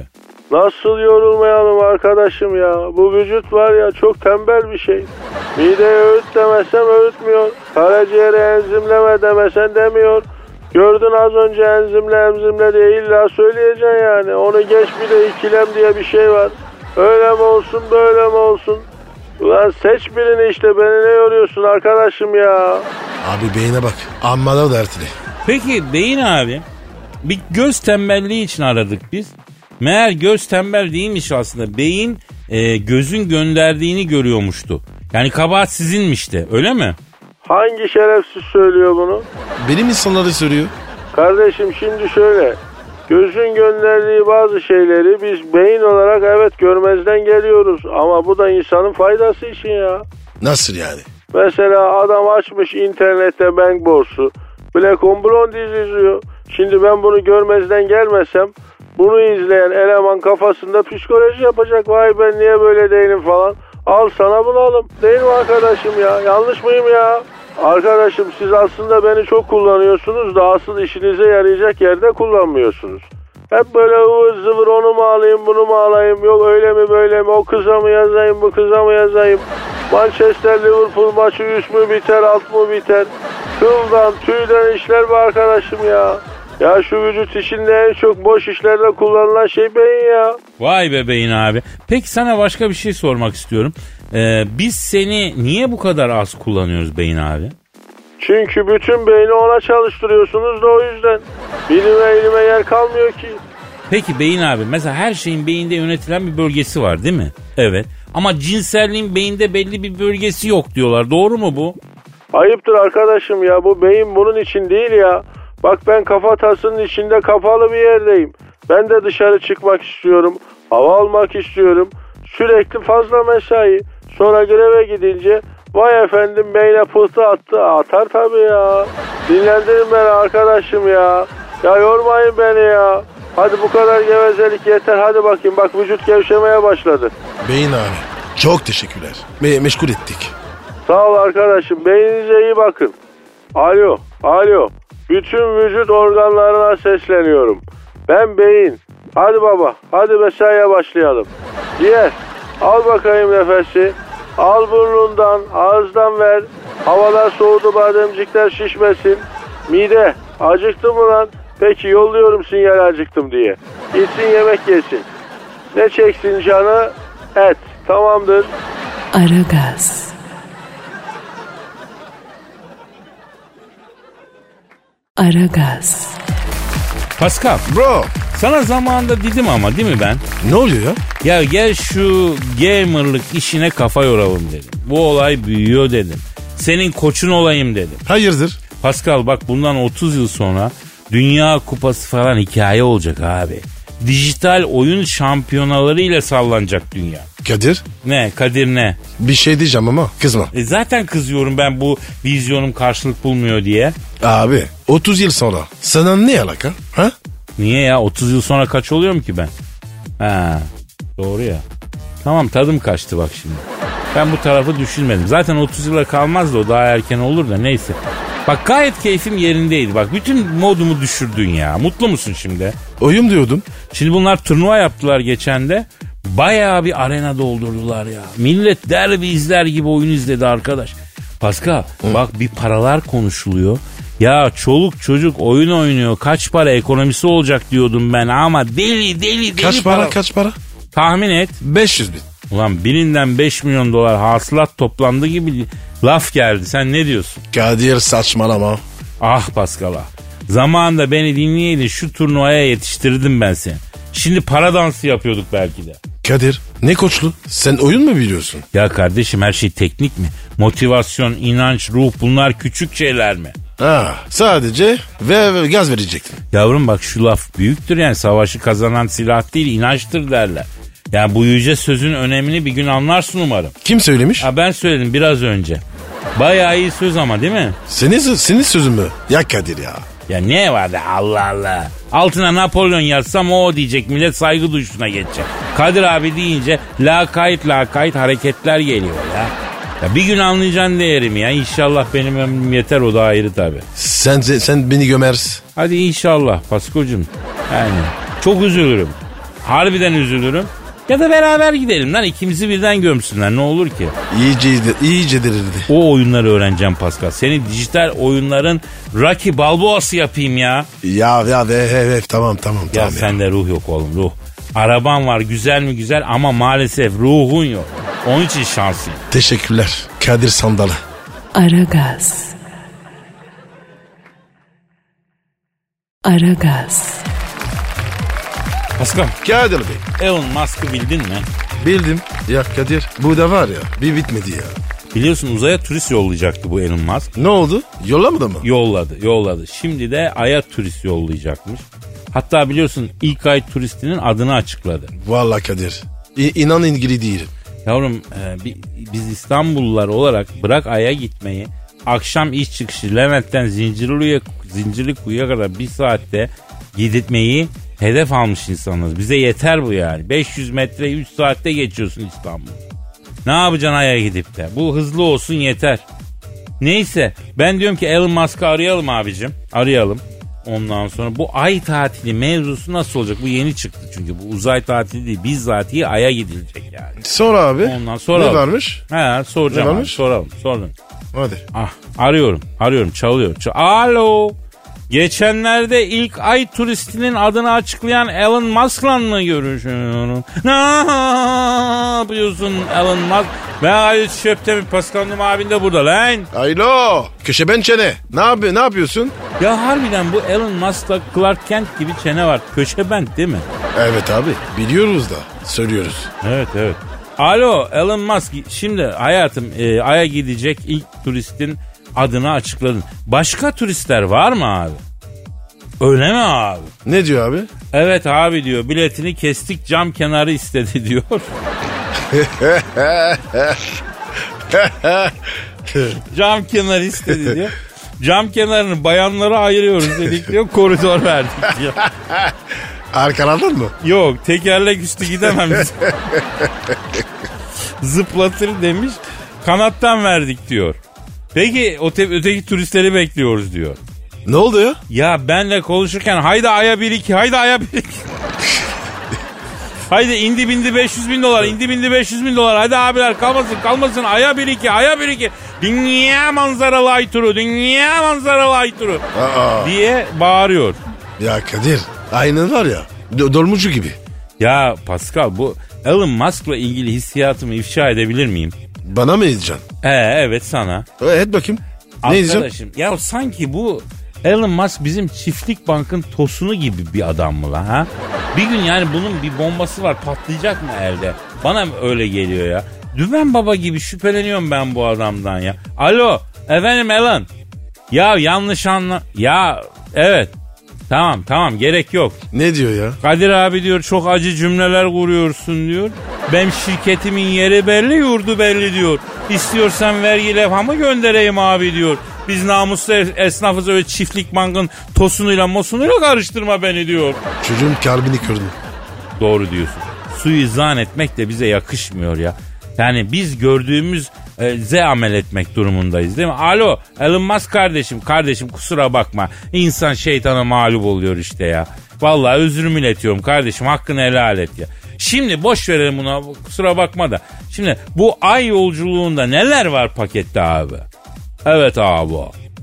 Nasıl yorulmayalım arkadaşım ya? Bu vücut var ya çok tembel bir şey. Mideye öğüt demesem öğütmüyor. Karaciğere enzimleme demesen demiyor. Gördün az önce enzimle diye illa söyleyeceksin yani. Onu geç, bir de ikilem diye bir şey var. Öyle mi olsun böyle mi olsun? Ulan seç birini işte, beni ne yoruyorsun arkadaşım ya? Abi beyine bak. Amma da dertli. Peki beyin abi, bir göz tembelliği için aradık biz. Meğer göz tembel değilmiş aslında. Beyin gözün gönderdiğini görüyormuştu. Yani kabahat sizinmişti, öyle mi? Hangi şerefsiz söylüyor bunu? Benim insanları söylüyor. Kardeşim şimdi şöyle. Gözün gönderdiği bazı şeyleri biz beyin olarak evet görmezden geliyoruz. Ama bu da insanın faydası için ya. Nasıl yani? Mesela adam açmış internette Bank Borsu. Black on Blonde izliyor. Şimdi ben bunu görmezden gelmesem bunu izleyen eleman kafasında psikoloji yapacak. Vay ben niye böyle değilim falan. Al sana bunalım. Değil mi arkadaşım ya? Yanlış mıyım ya? Arkadaşım siz aslında beni çok kullanıyorsunuz da asıl işinize yarayacak yerde kullanmıyorsunuz. Hep böyle ıvır zıvır, onu mu alayım bunu mu alayım, yok öyle mi böyle mi, o kıza mı yazayım bu kıza mı yazayım. Manchester Liverpool maçı üst mü biter alt mı biter. Kıldan tüyden işler bu arkadaşım ya. Ya şu vücut işinde en çok boş işlerde kullanılan şey beyin ya. Vay be beyin abi. Peki sana başka bir şey sormak istiyorum. Biz seni niye bu kadar az kullanıyoruz beyin abi? Çünkü bütün beyni ona çalıştırıyorsunuz da o yüzden. Bilime yer kalmıyor ki. Peki beyin abi, mesela her şeyin beyinde yönetilen bir bölgesi var değil mi? Evet. Ama cinselliğin beyinde belli bir bölgesi yok diyorlar. Doğru mu bu? Ayıptır arkadaşım ya, bu beyin bunun için değil ya. Bak ben kafatasının içinde kapalı bir yerdeyim. Ben de dışarı çıkmak istiyorum. Hava almak istiyorum. Sürekli fazla mesai. Sonra greve gidince vay efendim beyne pıhtı attı. Atar tabii ya. Dinlendirin beni arkadaşım ya. Ya yormayın beni ya. Hadi bu kadar gevezelik yeter. Hadi bakayım, bak vücut gevşemeye başladı. Beyin abi. Çok teşekkürler. Meşgul ettik. Sağ ol arkadaşım. Beyninize iyi bakın. Alo. Bütün vücut organlarına sesleniyorum. Ben beyin. Hadi baba. Hadi mesaiye başlayalım. Ciğer. Al bakayım nefesi. Al burnundan, ağızdan ver. Havalar soğudu, bademcikler şişmesin. Mide. Acıktı mı lan? Peki yolluyorum sinyal acıktım diye. Gitsin yemek yesin. Ne çeksin canı? Et. Tamamdır. Aragaz. Aragaz. Pascal, Bro. sana zamanında dedim ama değil mi ben? Ne oluyor ya? Ya gel şu gamerlık işine kafa yoralım dedim. Bu olay büyüyor dedim. Senin koçun olayım dedim. Hayırdır? Pascal bak, bundan 30 yıl sonra Dünya Kupası falan hikaye olacak abi. Dijital oyun şampiyonaları ile sallanacak dünya. Kadir? Ne Kadir ne? Bir şey diyeceğim ama kızma. Zaten kızıyorum ben bu vizyonum karşılık bulmuyor diye. Abi 30 yıl sonra sana ne alaka? Ha? Niye ya, 30 yıl sonra kaç oluyorum ki ben? Ha, doğru ya. Tamam, tadım kaçtı bak şimdi. Ben bu tarafı düşünmedim. Zaten 30 yıla kalmaz da o daha erken olur da neyse. Bak gayet keyfim yerindeydi. Bak bütün modumu düşürdün ya. Mutlu musun şimdi? Oyun diyordum. Şimdi bunlar turnuva yaptılar geçen de. Bayağı bir arena doldurdular ya. Millet derbi izler gibi oyun izledi arkadaş. Pascal bak bir paralar konuşuluyor. Ya çoluk çocuk oyun oynuyor. Kaç para ekonomisi olacak diyordum ben ama deli Kaç para? Tahmin et. 500 bin. Ulan birinden 5 milyon dolar hasılat toplandı gibi laf geldi. Sen ne diyorsun? Kadir saçmalama. Ah Pascal'a. Zamanında beni dinleyeydin, şu turnuvaya yetiştirdim ben seni. Şimdi para dansı yapıyorduk belki de. Kadir ne koçlu? Sen oyun mu biliyorsun? Ya kardeşim, her şey teknik mi? Motivasyon, inanç, ruh, bunlar küçük şeyler mi? Ha, sadece ve gaz verecektin. Yavrum bak, şu laf büyüktür yani, savaşı kazanan silah değil inançtır derler. Yani bu yüce sözün önemini bir gün anlarsın umarım. Kim söylemiş? Ha, ben söyledim biraz önce. Bayağı iyi söz ama değil mi? Senin sözün mü? Ya Kadir ya. Ya ne var da Allah Allah. Altına Napolyon yazsam o diyecek, millet saygı duyuşuna geçecek. Kadir abi deyince lakayt hareketler geliyor ya. Ya bir gün anlayacaksın değerimi ya. İnşallah benim ömrüm yeter, o da ayrı tabii. Sen beni gömersin. Hadi inşallah Paskocuğum. Yani çok üzülürüm. Harbiden üzülürüm. Ya da beraber gidelim lan, ikimizi birden gömsünler, ne olur ki? İyice delirdi. O oyunları öğreneceğim Pascal. Seni dijital oyunların Rocky Balboa'sı yapayım ya. Ya tamam. Ya sende ruh yok oğlum, ruh. Araban var, güzel mi güzel, ama maalesef ruhun yok. Onun için şanslıyım. Teşekkürler Kadir Sandalı. Aragaz. Pascal, Kadir Bey. Elon Musk'ı bildin mi? Bildim. Ya Kadir bu da var ya bir bitmedi ya. Biliyorsun uzaya turist yollayacaktı bu Elon Musk. Ne oldu? Yollamadı mı? Yolladı. Şimdi de Ay'a turist yollayacakmış. Hatta biliyorsun ilk ay turistinin adını açıkladı. Vallahi Kadir. İnan ilgili değilim. Yavrum biz İstanbullular olarak bırak Ay'a gitmeyi, akşam iş çıkışı Levent'ten Zincirlikuyu'ya kadar bir saatte gitmeyi hedef almış insanız. Bize yeter bu yani. 500 metreyi 3 saatte geçiyorsun İstanbul. Ne yapacaksın Ay'a gidip de? Bu hızlı olsun yeter. Neyse ben diyorum ki Elon Musk'ı arayalım abicim. Arayalım. Ondan sonra bu ay tatili mevzusu nasıl olacak? Bu yeni çıktı çünkü. Bu uzay tatili değil. Bizzatihi Ay'a gidilecek yani. Sonra abi. Ondan sonra ne varmış? Soracağım ne abi. varmış? Sorun. Hadi. Arıyorum. Çalıyor. Alo. Geçenlerde ilk ay turistinin adını açıklayan Elon Musk'la mı görüşüyorum? Ne yapıyorsun Elon Musk? Ben Halit Şöptemir, Pascal Numa abin de burada lan. Alo. Köşe ben çene. Ne yapıyorsun? Ya harbiden bu Elon Musk'la Clark Kent gibi çene var. Köşe ben değil mi? Evet abi. Biliyoruz da. Söylüyoruz. Evet. Alo Elon Musk. Şimdi hayatım Ay'a gidecek ilk turistin adını açıkladın. Başka turistler var mı abi? Öyle mi abi? Ne diyor abi? Evet abi diyor. Biletini kestik, cam kenarı istedi diyor. Cam kenarı istedi diyor. Cam kenarını bayanlara ayırıyoruz dedik diyor. Koridor verdik diyor. Arkaladın mı? Yok, tekerlek üstü gidemem. Zıplatır demiş. Kanattan verdik diyor. Peki öteki turistleri bekliyoruz diyor. Ne oldu ya? Ya benle konuşurken haydi Ay'a 1-2, haydi Ay'a 1-2. Haydi indi bindi 500 bin dolar, indi bindi 500 bin dolar. Hadi abiler kalmasın Ay'a 1-2, Ay'a 1-2. Dünya manzaralı ay turu, dünya manzaralı ay turu diye bağırıyor. Ya Kadir aynen var ya dolmuşu gibi. Ya Pascal bu Elon Musk'la ilgili hissiyatımı ifşa edebilir miyim? Bana mı edeceksin? Evet sana. Et bakayım. Ne diyeceğim? Arkadaşım ya sanki bu Elon Musk bizim Çiftlik Bank'ın tosunu gibi bir adam mı lan ha? Bir gün yani bunun bir bombası var, patlayacak mı elde? Bana öyle geliyor ya. Düven baba gibi şüpheleniyorum ben bu adamdan ya. Alo efendim Elon. Ya yanlış Ya evet. Tamam gerek yok. Ne diyor ya? Kadir abi diyor çok acı cümleler kuruyorsun diyor. Benim şirketimin yeri belli, yurdu belli diyor. İstiyorsan vergi levhamı göndereyim abi diyor. Biz namuslu esnafız, öyle Çiftlik Bank'ın tosunuyla mosunuyla karıştırma beni diyor. Çocuğun kalbini kırdın. Doğru diyorsun. Suizan etmek de bize yakışmıyor ya. Yani biz gördüğümüz amel etmek durumundayız değil mi? Alo Elon Musk kardeşim kusura bakma. İnsan şeytana mağlup oluyor işte ya. Vallahi özrümü iletiyorum kardeşim, hakkını helal et ya. Şimdi boş verelim buna, kusura bakma da. Şimdi bu ay yolculuğunda neler var pakette abi? Evet abi.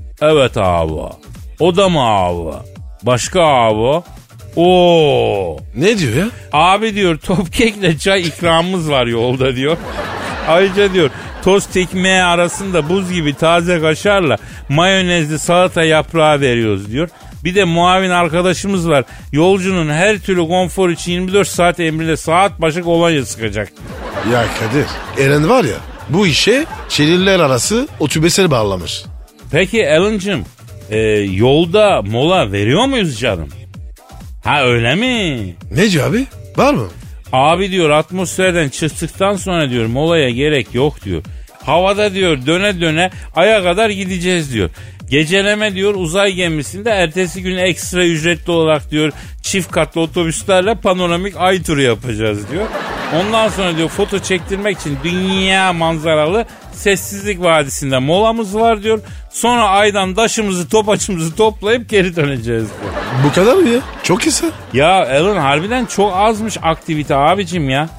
O da mı abi? Başka abi? Oo. Ne diyor ya? Abi diyor top kekle çay ikramımız var yolda diyor. Ayrıca diyor tost ekmeği arasında buz gibi taze kaşarla mayonezli salata yaprağı veriyoruz diyor. Bir de muavin arkadaşımız var. Yolcunun her türlü konfor için 24 saat emrinde saat başı kolonya sıkacak. Ya Kadir, Eren var ya bu işe şehirler arası otobüsleri bağlamış. Peki Elon'cığım yolda mola veriyor muyuz canım? Ha öyle mi? Ne diyor abi? Var mı? Abi diyor atmosferden çıktıktan sonra diyor molaya gerek yok diyor. Havada diyor döne döne Ay'a kadar gideceğiz diyor. Geceleme diyor uzay gemisinde, ertesi gün ekstra ücretli olarak diyor çift katlı otobüslerle panoramik ay turu yapacağız diyor. Ondan sonra diyor foto çektirmek için dünya manzaralı Sessizlik Vadisi'nde molamız var diyor. Sonra aydan taşımızı topaçımızı toplayıp geri döneceğiz diyor. Bu kadar mı ya? Çok kısa. Ya Alan harbiden çok azmış aktivite abicim ya.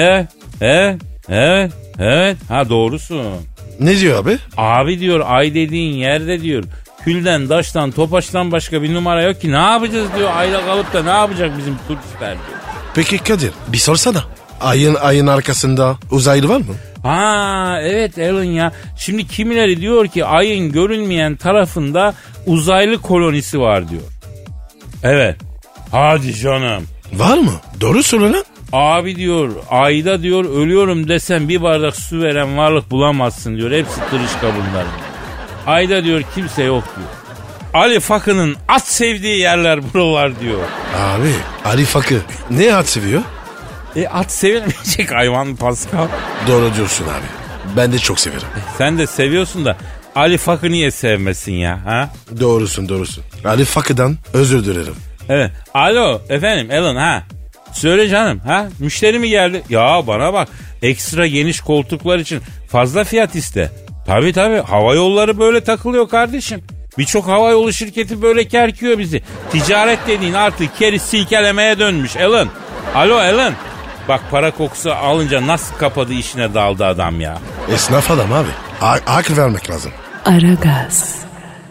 Evet. Ha doğrusun. Ne diyor abi? Abi diyor ay dediğin yerde diyor. Külden, taştan, topaçtan başka bir numara yok ki. Ne yapacağız diyor. Ayda kalıp da ne yapacak bizim turistler diyor. Peki Kadir bir sorsana. Ayın arkasında uzaylı var mı? Ha evet Alan ya. Şimdi kimileri diyor ki ayın görünmeyen tarafında uzaylı kolonisi var diyor. Evet. Hadi canım. Var mı? Doğru söyle lan. Abi diyor ayda diyor ölüyorum desen bir bardak su veren varlık bulamazsın diyor. Hepsi tırışka bunlar. Ayda diyor kimse yok diyor. Ali Fakı'nın at sevdiği yerler buralar diyor. Abi Ali Fakı ne at seviyor? At sevilmeyecek hayvan Pascal. Doğru diyorsun abi. Ben de çok severim. Sen de seviyorsun da Ali Fakı niye sevmesin ya? Ha? Doğrusun. Ali Fakı'dan özür dilerim. Evet. Alo efendim Alan ha. Söyle canım ha. Müşteri mi geldi? Ya bana bak. Ekstra geniş koltuklar için fazla fiyat iste. Tabii hava yolları böyle takılıyor kardeşim. Birçok hava yolu şirketi böyle kerkiyor bizi. Ticaret dediğin artık keriz silkelemeye dönmüş Alan. Alo Alan. Bak para kokusu alınca nasıl kapadı işine daldı adam ya. Esnaf adam abi. Akıl vermek lazım. Aragaz.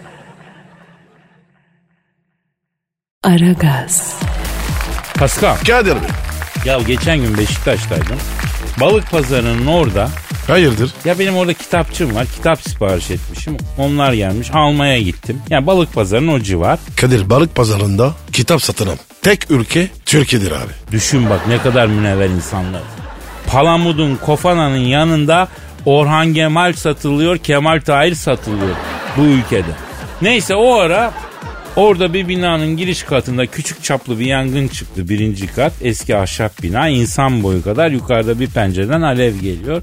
Pascal. Kadir Bey. Ya geçen gün Beşiktaş'taydım. Balık pazarının orada. Hayırdır? Ya benim orada kitapçım var. Kitap sipariş etmişim. Onlar gelmiş. Almaya gittim. Ya balık pazarının o civar. Kadir balık pazarında kitap satılan tek ülke Türkiye'dir abi. Düşün bak ne kadar münevver insanlar. Palamud'un, Kofana'nın yanında Orhan Kemal satılıyor, Kemal Tahir satılıyor bu ülkede. Neyse o ara orada bir binanın giriş katında küçük çaplı bir yangın çıktı. 1. kat eski ahşap bina, insan boyu kadar, yukarıda bir pencereden alev geliyor.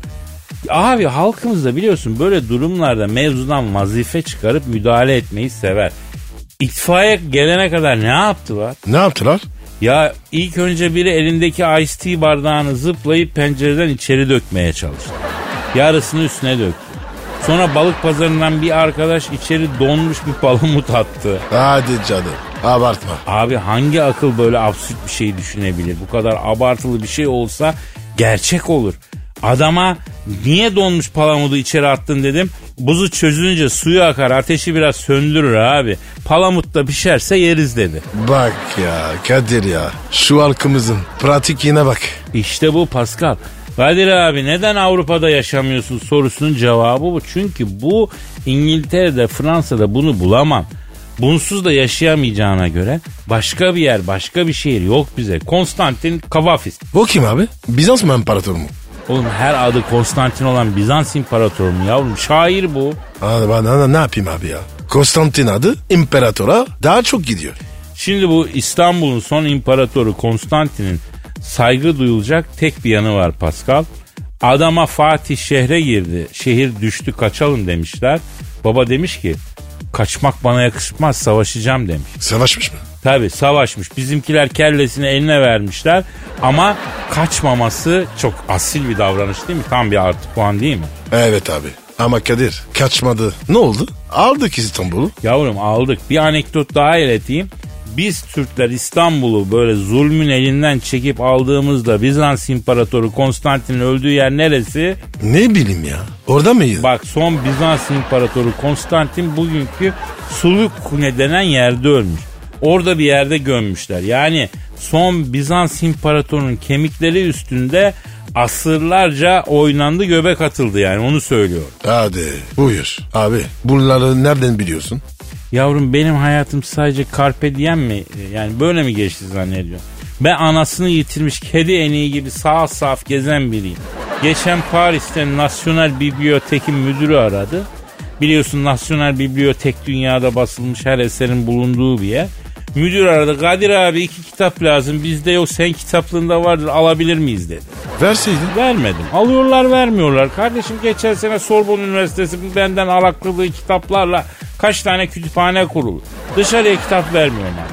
Abi halkımız da biliyorsun böyle durumlarda mevzudan vazife çıkarıp müdahale etmeyi sever. İtfaiye gelene kadar ne yaptılar? Ne yaptılar? Ya ilk önce biri elindeki Ice Tea bardağını zıplayıp pencereden içeri dökmeye çalıştı. Yarısını üstüne döktü. Sonra balık pazarından bir arkadaş içeri donmuş bir palamut attı. Hadi canım abartma. Abi hangi akıl böyle absürt bir şey düşünebilir? Bu kadar abartılı bir şey olsa gerçek olur. Adama niye donmuş palamudu içeri attın dedim. Buzu çözünce suyu akar, ateşi biraz söndürür abi. Palamut da pişerse yeriz dedi. Bak ya Kadir ya şu halkımızın pratikliğine bak. İşte bu Pascal. Kadir abi neden Avrupa'da yaşamıyorsun sorusunun cevabı bu. Çünkü bu İngiltere'de, Fransa'da bunu bulamam. Bunsuz da yaşayamayacağına göre başka bir yer, başka bir şehir yok bize. Konstantin Kavafis. O kim abi? Bizans mı imparatoru mu? Oğlum her adı Konstantin olan Bizans imparatoru mu yavrum? Şair bu. Ben ne yapayım abi ya? Konstantin adı imparatora daha çok gidiyor. Şimdi bu İstanbul'un son imparatoru Konstantin'in saygı duyulacak tek bir yanı var Pascal. Adama Fatih şehre girdi. Şehir düştü kaçalım demişler. Baba demiş ki kaçmak bana yakışmaz savaşacağım demiş. Savaşmış mı? Tabii savaşmış. Bizimkiler kellesini eline vermişler. Ama kaçmaması çok asil bir davranış değil mi? Tam bir artı puan değil mi? Evet abi. Ama Kadir kaçmadı. Ne oldu? Aldık İstanbul'u. Yavrum aldık. Bir anekdot daha ileteyim. Biz Türkler İstanbul'u böyle zulmün elinden çekip aldığımızda Bizans İmparatoru Konstantin'in öldüğü yer neresi? Ne bileyim ya. Orada mıydı? Bak son Bizans İmparatoru Konstantin bugünkü Sulukune denen yerde ölmüş. Orada bir yerde gömmüşler. Yani son Bizans İmparatorunun kemikleri üstünde asırlarca oynandı, göbek atıldı yani onu söylüyor. Hadi buyur. Abi bunları nereden biliyorsun? Yavrum benim hayatım sadece carpe diem mi? Yani böyle mi geçti zannediyorsun? Ben anasını yitirmiş kedi eneği gibi sağ saf gezen biriyim. Geçen Paris'te National Bibliotek'in müdürü aradı. Biliyorsun National Bibliotek dünyada basılmış her eserin bulunduğu bir yer. Müdür aradı. Kadir abi 2 kitap lazım. Bizde yok, sen kitaplığında vardır, alabilir miyiz dedi. Verseydin. Vermedim. Alıyorlar vermiyorlar. Kardeşim geçen sene Sorbonne Üniversitesi benden alakladığı kitaplarla kaç tane kütüphane kurulu. Dışarıya kitap vermiyorlar.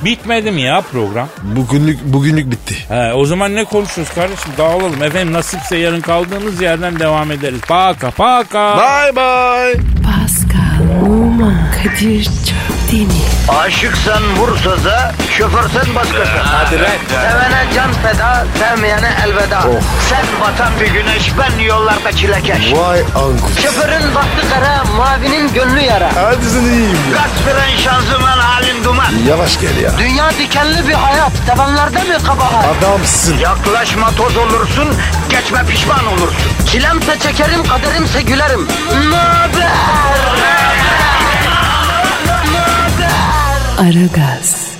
Bitmedi mi ya program? Bugünlük bitti. He, o zaman ne konuşuyoruz kardeşim? Dağılalım. Efendim nasipse yarın kaldığımız yerden devam ederiz. Paka. Bye bye. Pascal, Oman, Kadir çok değil mi? Aşıksan vursa da, şoförsen başkasın. Hadi lan. Sevene can feda, sevmeyene elveda. Sen batan bir güneş, ben yollarda çilekeş. Vay anku. Şoförün baktı kara, mavinin gönlü yara. Hadi sen iyiyim ya. Kasperen şanzıman halin duman. Yavaş gel ya. Dünya dikenli bir hayat, sevenlerde mi kabahar? Adamsın. Yaklaşma toz olursun, geçme pişman olursun. Çilemse çekerim, kaderimse gülerim. Möber! Aragaz.